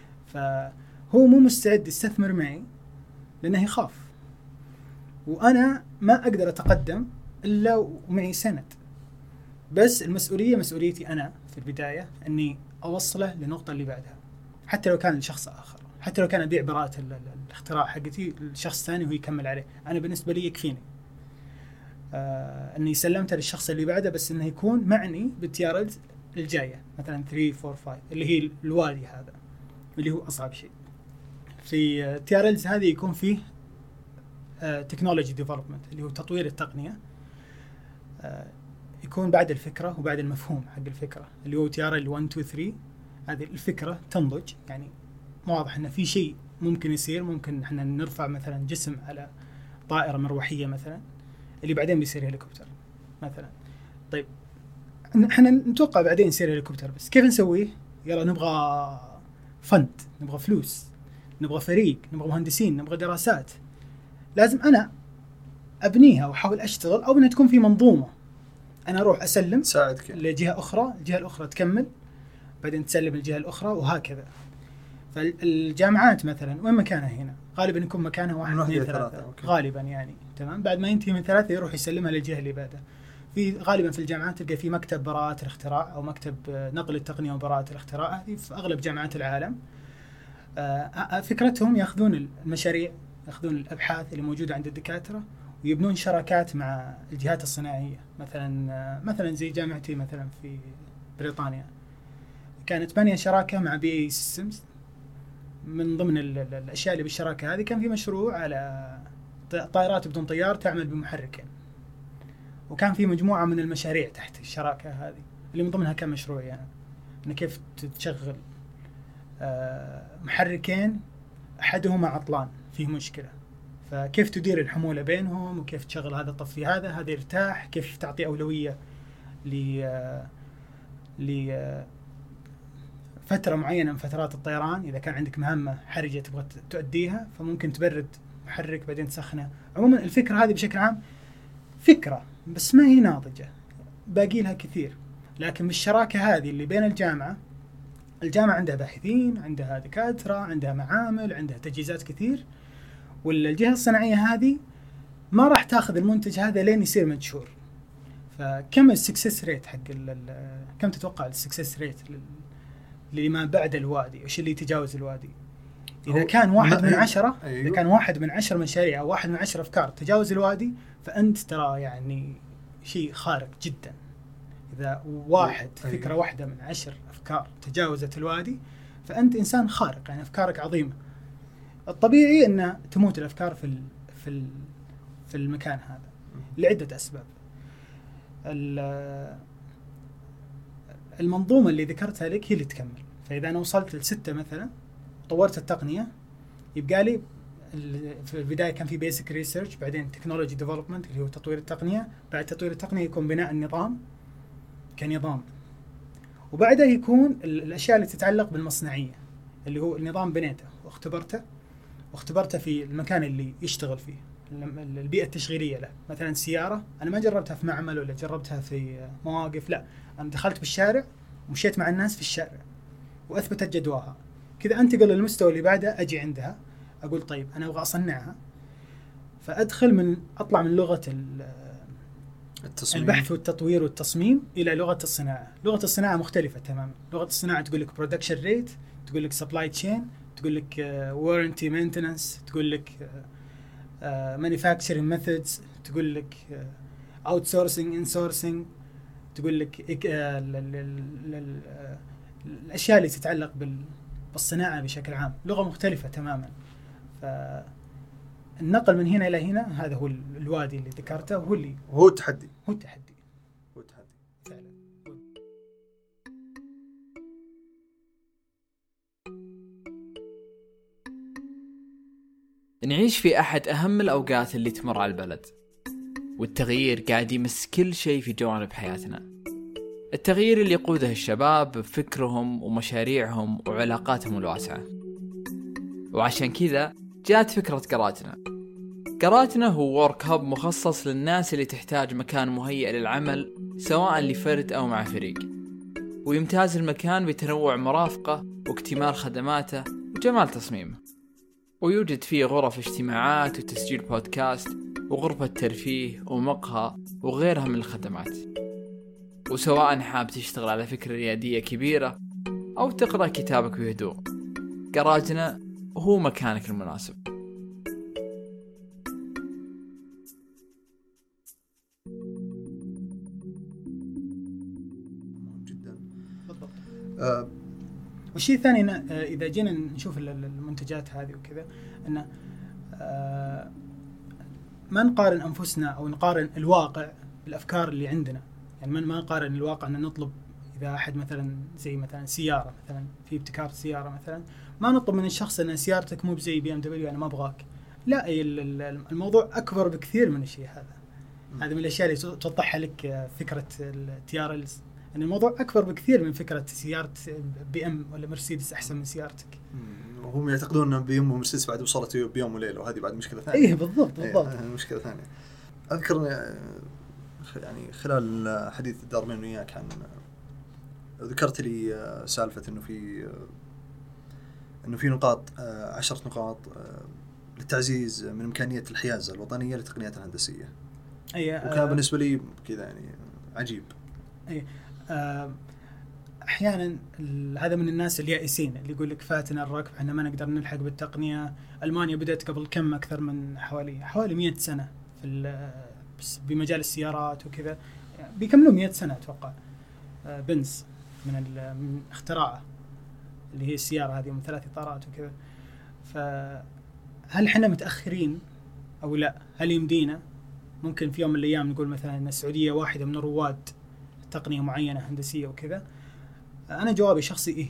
[SPEAKER 3] فهو مو مستعد يستثمر معي لأنه يخاف، وأنا ما أقدر أتقدم إلا ومعي سند. بس المسؤولية مسؤوليتي أنا في البداية، أني أوصله للنقطة اللي بعدها، حتى لو كان لشخص آخر، حتى لو كان أبيع براءة الاختراع حقتي الشخص ثاني وهو يكمل عليه، أنا بالنسبة لي يكفيني أني سلمتها للشخص اللي بعده، بس أنه يكون معني بالتيارات الجاية مثلا 3 4 5 اللي هي الوادي هذا اللي هو أصعب شيء في التيارلز هذه. يكون فيه تكنولوجي ديفلوبمنت اللي هو تطوير التقنية، يكون بعد الفكرة وبعد المفهوم حق الفكرة اللي هو تيار 1 2 3. هذه الفكرة تنضج، يعني واضح أن في شيء ممكن يصير، ممكن إحنا نرفع مثلا جسم على طائرة مروحية مثلا اللي بعدين بيصير هليكوبتر مثلا. طيب إحنا نتوقع بعدين يصير هليكوبتر، بس كيف نسويه؟ يلا نبغى فند، نبغى فلوس، نبغى فريق، نبغى مهندسين، نبغى دراسات. لازم أنا أبنيها وأحاول أشتغل، أو أنها تكون في منظومة. أنا أروح أسلم لجهة أخرى، الجهة الأخرى تكمل، بعدين تسلم الجهة الأخرى، وهكذا. فالجامعات مثلا وين مكانها هنا؟ غالبا يكون مكانها 1 2 3 غالبا يعني، تمام. بعد ما ينتهي من 3 يروح يسلمها للجهة اللي بعدها. في غالبا في الجامعات تلقى في مكتب براءة الاختراع أو مكتب نقل التقنية وبراءة الاختراع. هذه في أغلب جامعات العالم. فكرتهم يأخذون المشاريع، يأخذون الأبحاث اللي موجودة عند الدكاترة ويبنون شراكات مع الجهات الصناعية. مثلا زي جامعتي مثلا في بريطانيا كانت بانية شراكة مع BAE Systems. من ضمن الأشياء اللي بالشراكة هذه كان في مشروع على طائرات بدون طيار تعمل بمحركين، وكان في مجموعة من المشاريع تحت الشراكة هذه اللي من ضمنها كان مشروع يعني إن كيف تشغل محركين أحدهما عطلان فيه مشكلة، فكيف تدير الحمولة بينهم، وكيف تشغل هذا الطفي هذا يرتاح، كيف تعطي أولوية فترة معينة من فترات الطيران. إذا كان عندك مهمة حرجة تبغى تؤديها فممكن تبرد محرك بعدين تسخنه. عموما الفكرة هذه بشكل عام فكرة بس ما هي ناضجة، باقي لها كثير. لكن بالشراكة هذه اللي بين الجامعة عندها باحثين، عندها دكاترة، عندها معامل، عندها تجهيزات كثير، والجهة الصناعية هذه ما راح تاخذ المنتج هذا لين يصير مشهور. فكم السكسس ريت حق كم تتوقع السكسس ريت لما بعد الوادي؟ وش اللي يتجاوز الوادي؟ إذا كان 1 من 10، إذا كان 1 من 10 مشاريع أو 1 من 10 أفكار تجاوز الوادي، فأنت ترى يعني شيء خارق جدا. إذا فكرة واحدة من 10 أفكار تجاوزت الوادي فأنت إنسان خارق، يعني أفكارك عظيمة. الطبيعي أن تموت الأفكار في المكان هذا لعدة أسباب. المنظومة اللي ذكرتها لك هي اللي تكمل. فإذا أنا وصلت ل6 مثلا طورت التقنية، يبقى لي في البداية كان في basic research، بعدين technology development اللي هو تطوير التقنية، بعد تطوير التقنية يكون بناء النظام كنظام، وبعدها يكون الأشياء اللي تتعلق بالمصنعية اللي هو النظام بنيته واختبرته في المكان اللي يشتغل فيه، البيئة التشغيلية له. مثلا سيارة أنا ما جربتها في معمل ولا جربتها في مواقف، لا أنا دخلت بالشارع ومشيت مع الناس في الشارع وأثبتت جدواها. كذا أنتقل للمستوى اللي بعده، أجي عندها أقول طيب أنا أبغى أصنعها، أطلع من لغة البحث والتطوير والتصميم إلى لغة الصناعة. لغة الصناعة مختلفة تماما. لغة الصناعة تقول لك production rate، تقول لك supply chain، تقول لك warranty maintenance، تقول لك manufacturing methods، تقول لك outsourcing insourcing، تقول لك الأشياء اللي تتعلق بالصناعة بشكل عام. لغة مختلفة تماما. فالنقل من هنا إلى هنا هذا هو الوادي اللي ذكرته، هو التحدي فعلا.
[SPEAKER 2] نعيش في أحد أهم الأوقات اللي تمر على البلد، والتغيير قاعد يمس كل شيء في جوانب حياتنا. التغيير اللي يقوده الشباب بفكرهم ومشاريعهم وعلاقاتهم الواسعة. وعشان كذا جاءت فكرة قراتنا هو وورك هاب مخصص للناس اللي تحتاج مكان مهيئ للعمل سواء لفرد أو مع فريق، ويمتاز المكان بتنوع مرافقه واكتمال خدماته وجمال تصميمه. ويوجد فيه غرف اجتماعات وتسجيل بودكاست وغرفة ترفيه ومقهى وغيرها من الخدمات. وسواء حاب تشتغل على فكرة ريادية كبيرة أو تقرأ كتابك بهدوء، قراجنا هو مكانك المناسب.
[SPEAKER 1] جدا
[SPEAKER 3] بالضبط. والشيء الثاني إذا جينا نشوف المنتجات هذه وكذا، إن ما نقارن أنفسنا أو نقارن الواقع بالأفكار اللي عندنا. يعني ما نقارن الواقع أن نطلب، إذا أحد مثلا زي مثلا سيارة، مثلا في ابتكار سيارة مثلا، ما نطلب من الشخص أن سيارتك مو بزي BMW أنا ما أبغاك. لا، الموضوع أكبر بكثير من الشيء هذا. هذه من الأشياء اللي توضحها لك فكرة الTRLs، أن الموضوع أكبر بكثير من فكرة سيارة BMW ولا مرسيدس أحسن من سيارتك.
[SPEAKER 1] وهم يعتقدون أن BMW ومرسيدس بعد وصلت بيوم وليلة، وهذه بعد مشكلة ثانية.
[SPEAKER 3] إيه بالضبط.
[SPEAKER 1] مشكلة ثانية. أذكر يعني خلال حديث دار بيني وياك عن ذكرت لي سالفة إنه في نقاط 10 نقاط للتعزيز من إمكانية الحيازة الوطنية للتقنيات الهندسية. وكان بالنسبة لي كذا يعني عجيب.
[SPEAKER 3] أحيانا هذا من الناس اليائسين اللي يقول لك فاتنا الركب، احنا ما نقدر نلحق بالتقنية. ألمانيا بدأت قبل كم أكثر من حوالي 100 سنة بمجال السيارات وكذا، بيكملوا 100 سنة أتوقع. بنز من اختراعه اللي هي السيارة هذه من 3 إطارات وكذا. فهل احنا متأخرين أو لا؟ هل يمدينا ممكن في يوم من الأيام نقول مثلا أن السعودية واحدة من رواد تقنية معينة هندسية وكذا؟ أنا جوابي شخصي إيه.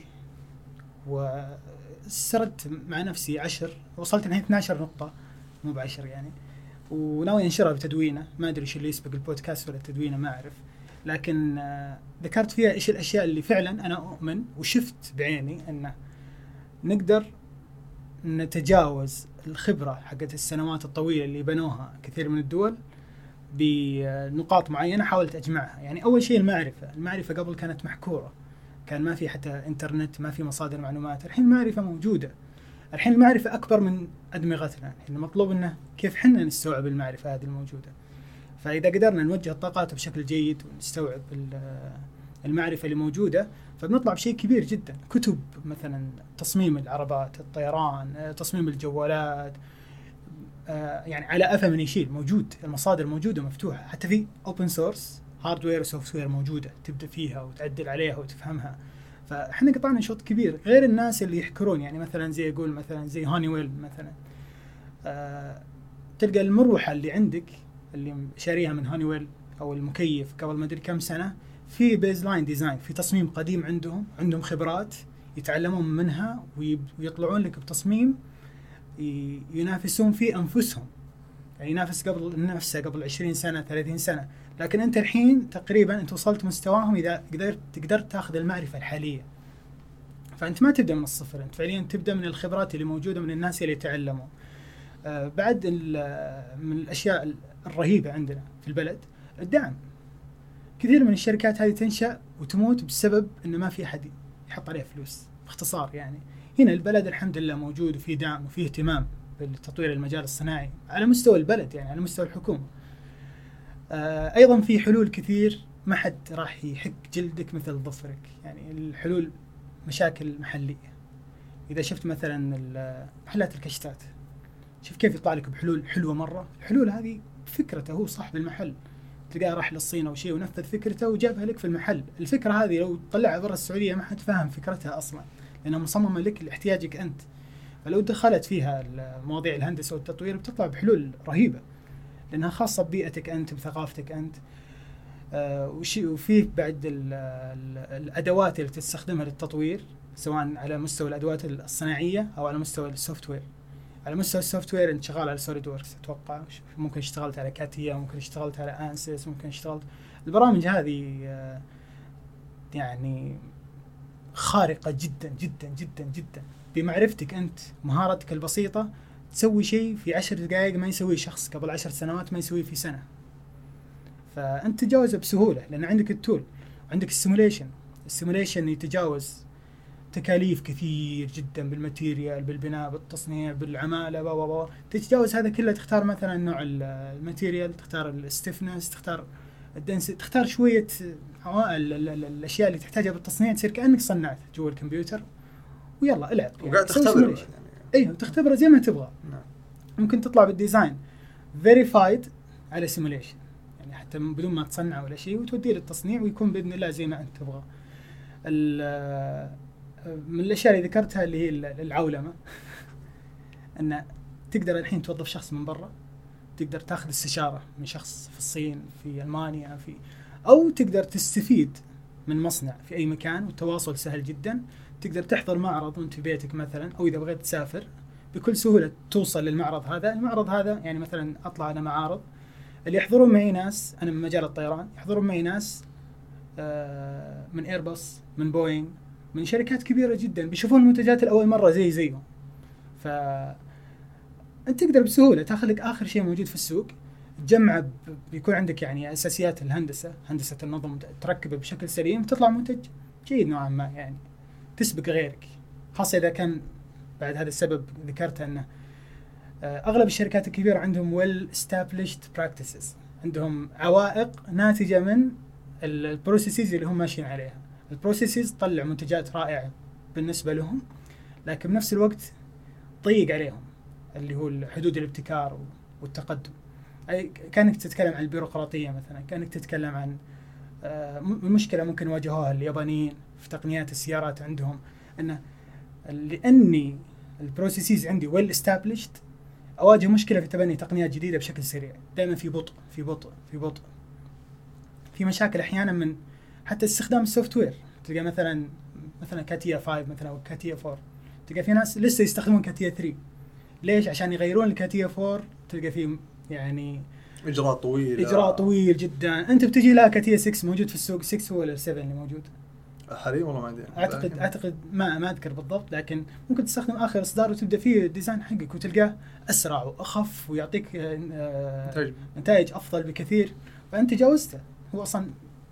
[SPEAKER 3] وسردت مع نفسي 10، وصلت نهاية 12 نقطة مو ب10 يعني، وناوي أنشرها بتدوينة. ما أدري إيش اللي يسبق البودكاست ولا التدوينة، ما أعرف، لكن ذكرت فيها إيش الأشياء اللي فعلا أنا أؤمن وشفت بعيني أن نقدر نتجاوز الخبرة حقت السنوات الطويلة اللي بنوها كثير من الدول بنقاط معينة حاولت أجمعها. يعني أول شيء المعرفة قبل كانت محكورة، كان ما في حتى إنترنت، ما في مصادر معلومات. الحين المعرفة موجودة، الحين المعرفة أكبر من أدمغتنا. المطلوب إنه كيف حنا نستوعب المعرفة هذه الموجودة. فإذا قدرنا نوجه الطاقات بشكل جيد ونستوعب المعرفة اللي موجودة، فبنطلع بشيء كبير جدا. كتب مثلا تصميم العربات، الطيران، تصميم الجوالات، يعني على أفا من يشيل موجود. المصادر موجودة مفتوحة، حتى في open source هاردوير وسوفت وير موجودة تبدأ فيها وتعدل عليها وتفهمها. فإحنا قطعنا شوط كبير غير الناس اللي يحكرون. يعني مثلا زي يقول مثلا زي هانيويل مثلا، تلقى المروحة اللي عندك اللي شاريها من هانيويل أو المكيف قبل ما أدري كم سنة، في بيزلاين ديزاين، في تصميم قديم عندهم خبرات يتعلمون منها ويطلعون لك بتصميم ينافسون فيه أنفسهم. يعني ينافس نفسه قبل 20 سنة 30 سنة، لكن أنت الحين تقريبا أنت وصلت مستواهم إذا قدرت تأخذ المعرفة الحالية. فأنت ما تبدأ من الصفر، أنت فعليا تبدأ من الخبرات اللي موجودة من الناس اللي تعلموا. بعد من الأشياء الرهيبة عندنا في البلد الدعم. كثير من الشركات هذه تنشأ وتموت بسبب إنه ما في أحد يحط عليها فلوس. باختصار يعني هنا البلد الحمد لله موجود وفيه دعم وفيه اهتمام بالتطوير المجال الصناعي على مستوى البلد، يعني على مستوى الحكومة. أيضا في حلول كثير، ما حد راح يحك جلدك مثل ظفرك. يعني الحلول مشاكل محلية. إذا شفت مثلا محلات الكشتات، شوف كيف يطلع لك بحلول حلوة مرة. الحلول هذه فكرته هو صاحب المحل، تلقاه راح للصين أو شيء ونفذ فكرته وجابها لك في المحل. الفكرة هذه لو طلعها برا السعودية ما حد فاهم فكرتها أصلا، لأنها مصممة لك لاحتياجك أنت. فلو دخلت فيها مواضيع الهندسة والتطوير بتطلع بحلول رهيبة، لأنها خاصة ببيئتك أنت بثقافتك أنت. وفيه بعد الأدوات اللي تستخدمها للتطوير، سواء على مستوى الأدوات الصناعية أو على مستوى السوفت وير. على مستوى السوفت وير انت شغال على سوليد ووركس أتوقع، ممكن اشتغلت على كاتيا، ممكن اشتغلت على أنسيس، ممكن اشتغلت البرامج هذه يعني خارقة جدا جدا جدا جدا. بمعرفتك أنت مهارتك البسيطة تسوي شيء في 10 دقائق ما يسويه شخص قبل 10 سنوات ما يسويه في سنة. فأنت تتجاوزه بسهولة لأن عندك التول، عندك السيموليشن يتجاوز تكاليف كثير جدا بالماتيريال، بالبناء، بالتصنيع، بالعمالة، تتجاوز هذا كله. تختار مثلا نوع الماتيريال، تختار الستيفنس، تختار الدنسيتي، تختار شوية الأشياء اللي تحتاجها بالتصنيع، تصير كأنك صنعت جوا الكمبيوتر ويلا العب.
[SPEAKER 1] وقاعد تختبر
[SPEAKER 3] ايوه تختبره زي ما تبغى.
[SPEAKER 1] نعم.
[SPEAKER 3] ممكن تطلع بالديزاين فيريفايد على سيموليشن، يعني حتى بدون ما تصنعه ولا شيء، وتوديه للتصنيع ويكون باذن الله زي ما انت تبغى. من الاشياء اللي ذكرتها اللي هي العولمه ان تقدر الحين توظف شخص من برا، تقدر تاخذ استشاره من شخص في الصين، في المانيا، او تقدر تستفيد من مصنع في اي مكان، والتواصل سهل جدا. تقدر تحضر معرض وانت في بيتك مثلا، او اذا بغيت تسافر بكل سهوله توصل للمعرض هذا. المعرض هذا يعني مثلا اطلع انا معارض اللي يحضرون معي ناس، انا من مجال الطيران، يحضرون معي ناس من ايرباص، من بوينغ، من شركات كبيره جدا، بيشوفون المنتجات الاول مره زيهم. ف انت تقدر بسهوله تاخذ لك اخر شيء موجود في السوق، تجمع بيكون عندك يعني اساسيات الهندسه، هندسه النظم، تركبه بشكل سليم، تطلع منتج جيد نوعا ما، يعني تسبق غيرك. خاصه اذا كان بعد هذا السبب ذكرته انه اغلب الشركات الكبيره عندهم well established practices، عندهم عوائق ناتجه من البروسيسز اللي هم ماشيين عليها. البروسيسز تطلع منتجات رائعه بالنسبه لهم، لكن بنفس الوقت ضيق عليهم اللي هو حدود الابتكار والتقدم. أي كانك تتكلم عن البيروقراطية مثلا، كانك تتكلم عن المشكلة ممكن واجهوها اليابانيين في تقنيات السيارات عندهم، أنه لأني البروسيسز عندي well established أواجه مشكلة في تبني تقنيات جديدة بشكل سريع. دائما في بطء، في مشاكل أحيانا من حتى استخدام السوفت وير. تلقى مثلا كاتيا 5 مثلا أو كاتيا 4، تلقى في ناس لسه يستخدمون كاتيا 3. ليش؟ عشان يغيرون الكاتيا 4 تلقى فيه يعني إجراء طويل جدا. أنت بتجي لا كاتيا 6 موجود في السوق، 6 ولا 7 اللي موجود
[SPEAKER 1] حاليا والله ما عندي،
[SPEAKER 3] أعتقد ما أذكر بالضبط، لكن ممكن تستخدم آخر إصدار وتبدأ فيه الديزاين حقك وتلقاه أسرع وأخف ويعطيك نتائج أفضل بكثير، فأنت جاوزته. هو أصلا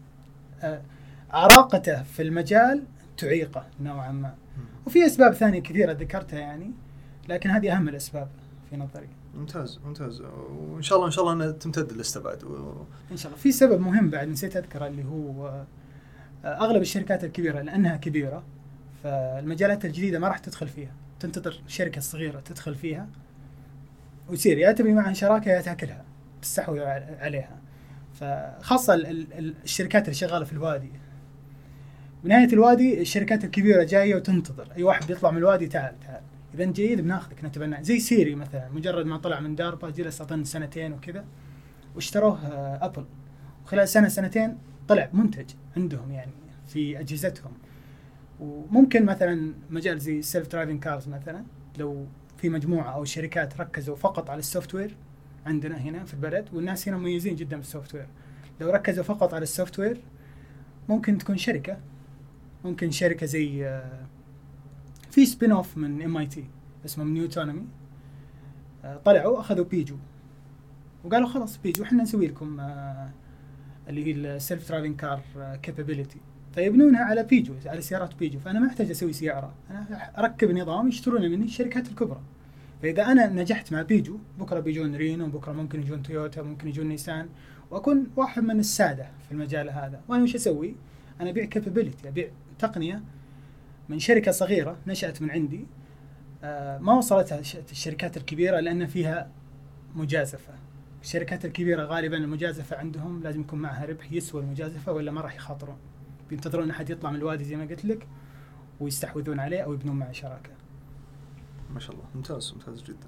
[SPEAKER 3] عراقته في المجال تعيقه نوعا ما. وفي أسباب ثانية كثيرة ذكرتها يعني، لكن هذه أهم الأسباب في نظري.
[SPEAKER 1] ممتاز، وإن شاء الله أنها تمتد للاستبعاد
[SPEAKER 3] إن شاء الله. في سبب مهم بعد نسيت أذكره، اللي هو أغلب الشركات الكبيرة لأنها كبيرة، فالمجالات الجديدة ما راح تدخل فيها، تنتظر شركة صغيرة تدخل فيها وتصير يا تبني معها شراكة يا تاكلها، تستحوذ عليها. فخاصة الشركات اللي شغالة في الوادي، بنهاية الوادي الشركات الكبيرة جاية وتنتظر أي واحد بيطلع من الوادي، تعال إذا أنت جيد بناخذك نتبنى. زي سيري مثلا، مجرد ما طلع من داربا جلس أظن 2 وكذا، واشتروه أبل، وخلال سنتين طلع منتج عندهم يعني في أجهزتهم. وممكن مثلا مجال زي السيلف درايفنج كارز مثلا، لو في مجموعة أو شركات ركزوا فقط على السوفت وير عندنا هنا في البلد، والناس هنا مميزين جدا بالسوفت وير، لو ركزوا فقط على السوفت وير ممكن تكون شركة زي في سبين اوف من MIT اسمه نيوتونومي، طلعوا أخذوا بيجو وقالوا خلاص بيجو احنا نسوي لكم اللي هي السيلف درايفنج كار كابابيلتي، فيبنونها على بيجو، على سيارات بيجو. فأنا ما أحتاج أسوي سيارة، أنا أركب نظام يشترونه مني الشركات الكبرى. فإذا أنا نجحت مع بيجو، بكرة بيجون رينو، بكرة ممكن يجون تويوتا، ممكن يجون نيسان، وأكون واحد من السادة في المجال هذا. وأنا وش أسوي؟ أنا أبيع كابابيلتي، أبيع تقنية من شركة صغيرة نشأت من عندي، ما وصلتها الشركات الكبيرة لأن فيها مجازفة. الشركات الكبيرة غالبا المجازفة عندهم لازم يكون معها ربح يسوى المجازفة، ولا ما راح يخاطرون، بينتظرون أحد يطلع من الوادي زي ما قلت لك ويستحوذون عليه أو يبنون معه شراكة.
[SPEAKER 1] ما شاء الله، ممتاز جدا.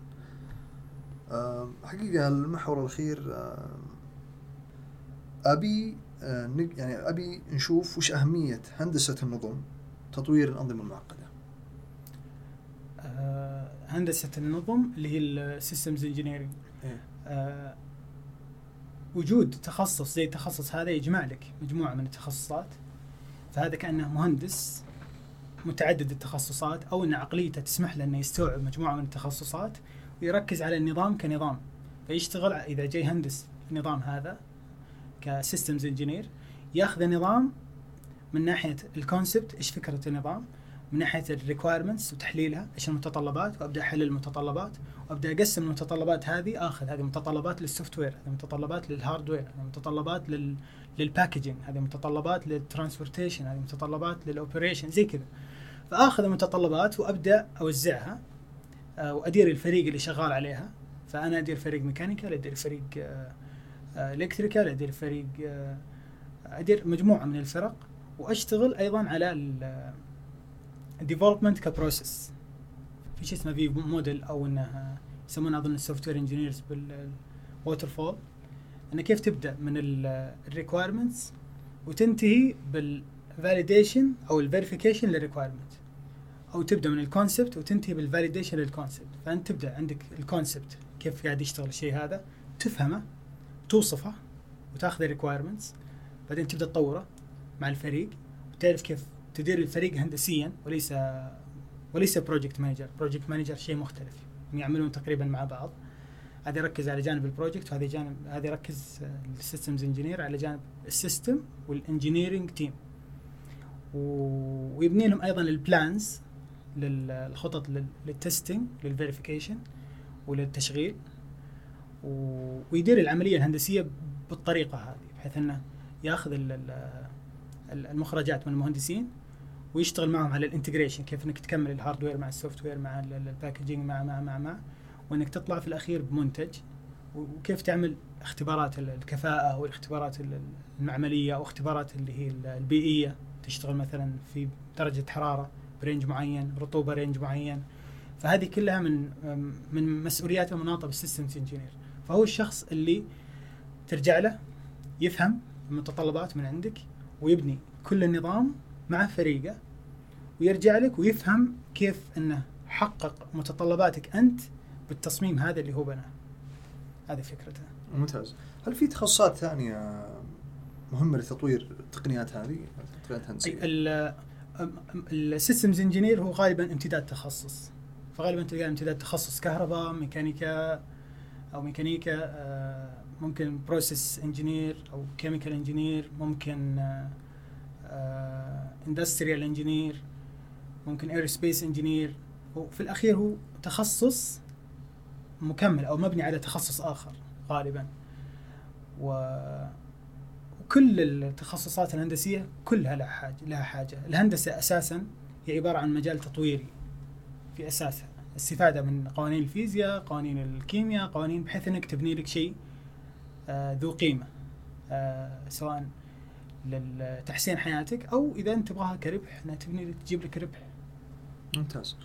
[SPEAKER 1] حقيقة المحور الأخير أبي نشوف وش أهمية هندسة النظم تطوير الأنظمة المعقدة.
[SPEAKER 3] هندسة النظم اللي هي السيستمز انجينيرينج، وجود تخصص زي التخصص هذا يجمع لك مجموعة من التخصصات، فهذا كأنه مهندس متعدد التخصصات، أو أن عقليته تسمح له أنه يستوعب مجموعة من التخصصات ويركز على النظام كنظام، فيشتغل. إذا جاي هندس النظام هذا كسيستمز انجينير، ياخذ النظام من ناحية الكونسبت، إيش فكرة النظام، من ناحية الريكويرمنتس وتحليلها، إيش المتطلبات، وأبدأ أحلل المتطلبات، وأبدأ أقسم المتطلبات هذه. أخذ هذه متطلبات للسوفت وير، هذه متطلبات للهاردوير، هذه متطلبات للباكجينج، هذه متطلبات للترانسبورتيشن، هذه متطلبات للأوبريشن، زي كذا. فأخذ المتطلبات وأبدأ أوزعها وأدير الفريق اللي شغال عليها. فأنا أدير فريق ميكانيكال، أدير فريق إلكتريكال، أدير فريق أدير مجموعة من الفرق، وأشتغل أيضا على الديفلوبمنت كبروسيس. في شيء اسمه في موديل أو إنه يسمونه أظن السوفت وير انجينيرز بالووتر فول، إنه كيف تبدأ من الريكويرمنتس وتنتهي بالفاليديشن أو الفيريفيكيشن للريكويرمنت، أو تبدأ من الكونسبت وتنتهي بالفاليديشن للكونسبت. فأنت تبدأ عندك الكونسبت كيف قاعد يشتغل الشيء هذا، تفهمه توصفه وتاخذ الريكويرمنتس، بعدين تبدأ تطوره مع الفريق وتعرف كيف تدير الفريق هندسيا وليس بروجكت مانجر. بروجكت مانجر شيء مختلف، يعملون تقريبا مع بعض. هذا يركز على جانب البروجكت، وهذا يركز السيستمز انجينير على جانب السيستم والانجينيرينج تيم، ويبني لهم ايضا البلانز للخطط للتستنج للفيريفيكيشن وللتشغيل، ويدير العمليه الهندسيه بالطريقه هذه، بحيث انه ياخذ المخرجات من المهندسين ويشتغل معهم على الانتجريشن، كيف انك تكمل الهاردوير مع السوفت وير مع الباكجينج مع وانك تطلع في الاخير بمنتج، وكيف تعمل اختبارات الكفاءه والاختبارات المعمليه او اختبارات اللي هي البيئيه، تشتغل مثلا في درجه حراره برينج معين، رطوبه رينج معين. فهذه كلها من مسؤوليات ومناطب السيستمز انجينير. فهو الشخص اللي ترجع له يفهم المتطلبات من عندك ويبني كل النظام مع فريقه، ويرجع لك ويفهم كيف انه حقق متطلباتك انت بالتصميم هذا اللي هو بناه. هذه فكرته.
[SPEAKER 1] ممتاز. هل في تخصصات ثانية مهمة لتطوير التقنيات هذه، التقنيات الهندسية؟
[SPEAKER 3] السيستمز انجينير هو غالبا امتداد تخصص، فغالبا تلقى امتداد تخصص كهرباء، ميكانيكا او ميكانيكا، ممكن بروسيس انجينير او كيميكال انجينير، ممكن اندستريال انجينير، ممكن ايروسبيس انجينير. وفي الاخير هو تخصص مكمل او مبني على تخصص اخر غالبا. وكل التخصصات الهندسيه كلها لها حاجه. الهندسه اساسا هي عباره عن مجال تطويري في اساسها، استفاده من قوانين الفيزياء، قوانين الكيمياء، قوانين بحيث انك تبني لك شيء ذو قيمه، سواء لتحسين حياتك او اذا انت تبغاها كربح، انها تبني لك تجيب لك ربح.
[SPEAKER 1] ممتاز.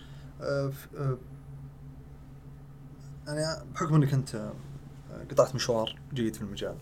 [SPEAKER 1] أنا بحكم أنك أنت قطعت مشوار جيد في المجال،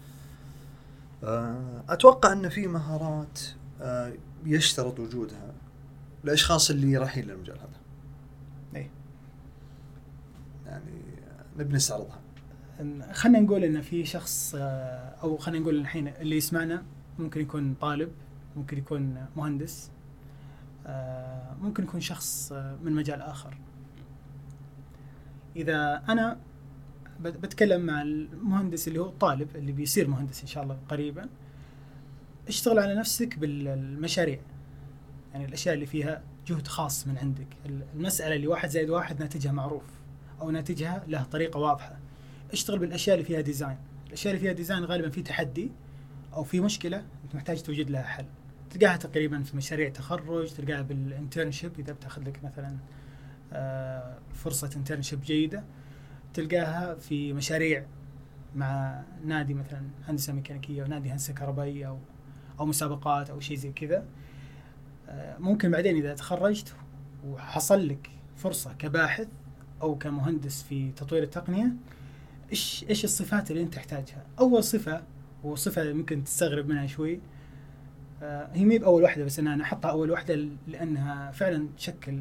[SPEAKER 1] أتوقع أن في مهارات يشترط وجودها للأشخاص اللي رايحين للمجال هذا.
[SPEAKER 3] إيه.
[SPEAKER 1] يعني نبي نستعرضها.
[SPEAKER 3] خلنا نقول إن في شخص، أو خلنا نقول الحين اللي يسمعنا ممكن يكون طالب، ممكن يكون مهندس، ممكن يكون شخص من مجال آخر. إذا أنا بتكلم مع المهندس اللي هو الطالب اللي بيصير مهندس إن شاء الله قريبا، اشتغل على نفسك بالمشاريع، يعني الأشياء اللي فيها جهد خاص من عندك. المسألة اللي 1+1 ناتجها معروف أو ناتجها له طريقة واضحة. اشتغل بالأشياء اللي فيها ديزاين. الأشياء اللي فيها ديزاين غالبا في تحدي أو في مشكلة أنت محتاج توجد لها حل. تلقاها تقريبا في مشاريع تخرج، تلقاها بالانترنشيب إذا بتاخذ لك مثلا فرصة انترنشيب جيدة، تلقاها في مشاريع مع نادي مثلا هندسة ميكانيكية أو نادي هندسة كهربائية أو مسابقات أو شيء زي كذا. ممكن بعدين إذا تخرجت وحصل لك فرصة كباحث أو كمهندس في تطوير التقنية، إيش الصفات اللي أنت تحتاجها؟ أول صفة، وصفة ممكن تستغرب منها شوي، هي مي بأول واحدة، بس أنا أحطها أول واحدة لأنها فعلا تشكل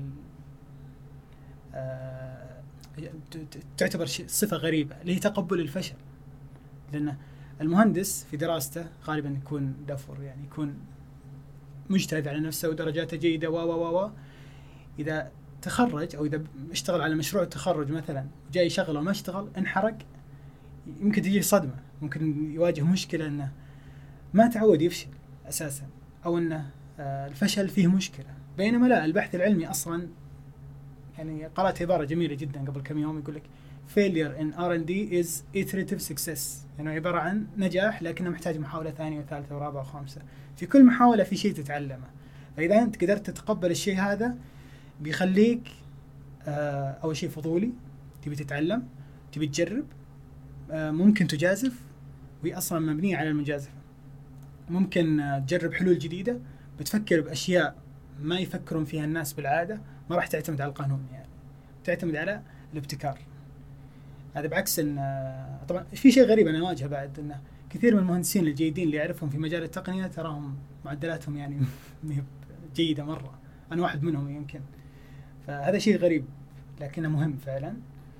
[SPEAKER 3] تعتبر صفة غريبة، اللي هي تقبل الفشل. لأن المهندس في دراسته غالبا يكون دفر، يعني يكون مجتهد على نفسه ودرجاته جيدة و إذا تخرج أو إذا اشتغل على مشروع التخرج مثلا جاي يشغل وما اشتغل، انحرق، يمكن تجي صدمة، ممكن يواجه مشكلة أنه ما تعود يفشل أساسا، أو أنه الفشل فيه مشكلة. بينما لا، البحث العلمي أصلا، يعني قرأت عبارة جميلة جدا قبل كم يوم يقول لك failure in R&D is iterative success، يعني عبارة عن نجاح لكنه محتاج محاولة ثانية وثالثة ورابعة وخامسة. في كل محاولة في شيء تتعلمه. فإذا أنت قدرت تتقبل الشيء هذا بيخليك أول شيء فضولي، تبي تتعلم، تبي تجرب، ممكن تجازف، وهي أصلا مبنية على المجازفة. ممكن تجرب حلول جديدة، بتفكر بأشياء ما يفكرون فيها الناس بالعادة، ما راح تعتمد على القانون، يعني تعتمد على الابتكار. هذا بعكس إن طبعا في شيء غريب أنا أواجهه بعد، إنه كثير من المهندسين الجيدين اللي أعرفهم في مجال التقنية تراهم معدلاتهم يعني جيدة مرة، أنا واحد منهم يمكن. فهذا شيء غريب لكنه مهم فعلا.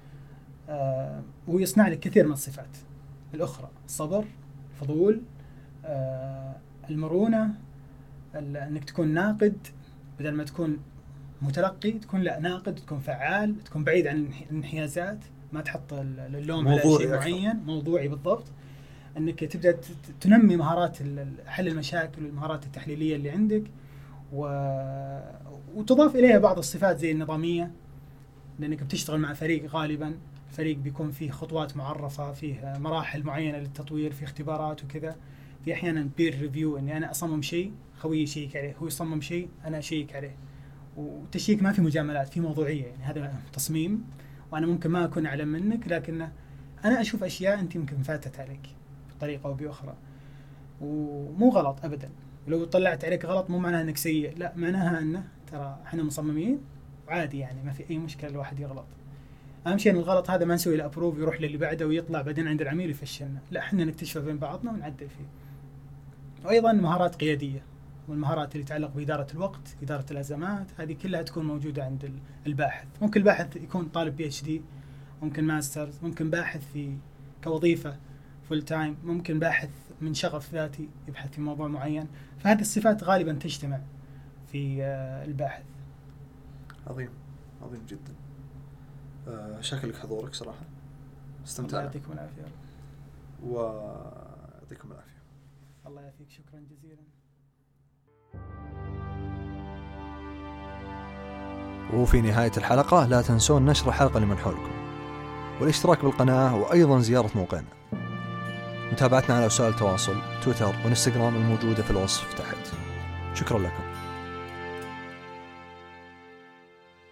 [SPEAKER 3] ويصنع لك كثير من الصفات الأخرى: الصبر، الفضول، المرونة، أنك تكون ناقد بدل ما تكون متلقي، تكون لا ناقد، تكون فعال، تكون بعيد عن الانحيازات، ما تحط اللوم على شيء معين، موضوعي بالضبط. أنك تبدأ تنمي مهارات حل المشاكل والمهارات التحليلية اللي عندك، وتضاف إليها بعض الصفات زي النظامية، لأنك بتشتغل مع فريق غالبا، الفريق بيكون فيه خطوات معرفة، فيه مراحل معينة للتطوير، فيه اختبارات وكذا، في أحيانا بير ريفيو، أني أنا أصمم شيء خوي يشيك عليه، هو يصمم شيء أنا أشيك عليه، وتشيك ما في مجاملات، في موضوعية. يعني هذا تصميم وأنا ممكن ما أكون أعلم منك، لكن أنا أشوف أشياء أنت يمكن فاتت عليك بطريقة أو بأخرى، ومو غلط أبدا. ولو طلعت عليك غلط مو معناها أنك سيء، لا، معناها أنه ترى إحنا مصممين عادي، يعني ما في أي مشكلة الواحد يغلط. أهم شيء أن الغلط هذا ما نسوي له أبروف يروح للي بعده ويطلع بعدين عند العميل يفشلنا، لا، إحنا نكتشفه بين بعضنا ونعدل فيه. وأيضا مهارات قيادية، والمهارات اللي تتعلق بإدارة الوقت، إدارة الأزمات، هذه كلها تكون موجودة عند الباحث. ممكن الباحث يكون طالب PhD، ممكن ماسترز، ممكن باحث في كوظيفة فول تايم، ممكن باحث من شغف ذاتي يبحث في موضوع معين. فهذه الصفات غالبا تجتمع في الباحث.
[SPEAKER 1] عظيم، عظيم جدا. شكلك حضورك صراحة استمتعنا.
[SPEAKER 3] الله يعطيكم العافية.
[SPEAKER 1] ويعطيكم العافية.
[SPEAKER 3] الله يعافيك، شكرا جزيلا.
[SPEAKER 1] وفي نهاية الحلقة لا تنسون نشر الحلقة لمن حولكم، والاشتراك بالقناة، وأيضا زيارة موقعنا. متابعتنا على وسائل التواصل تويتر وإنستغرام الموجودة في الوصف تحت. شكرا لكم.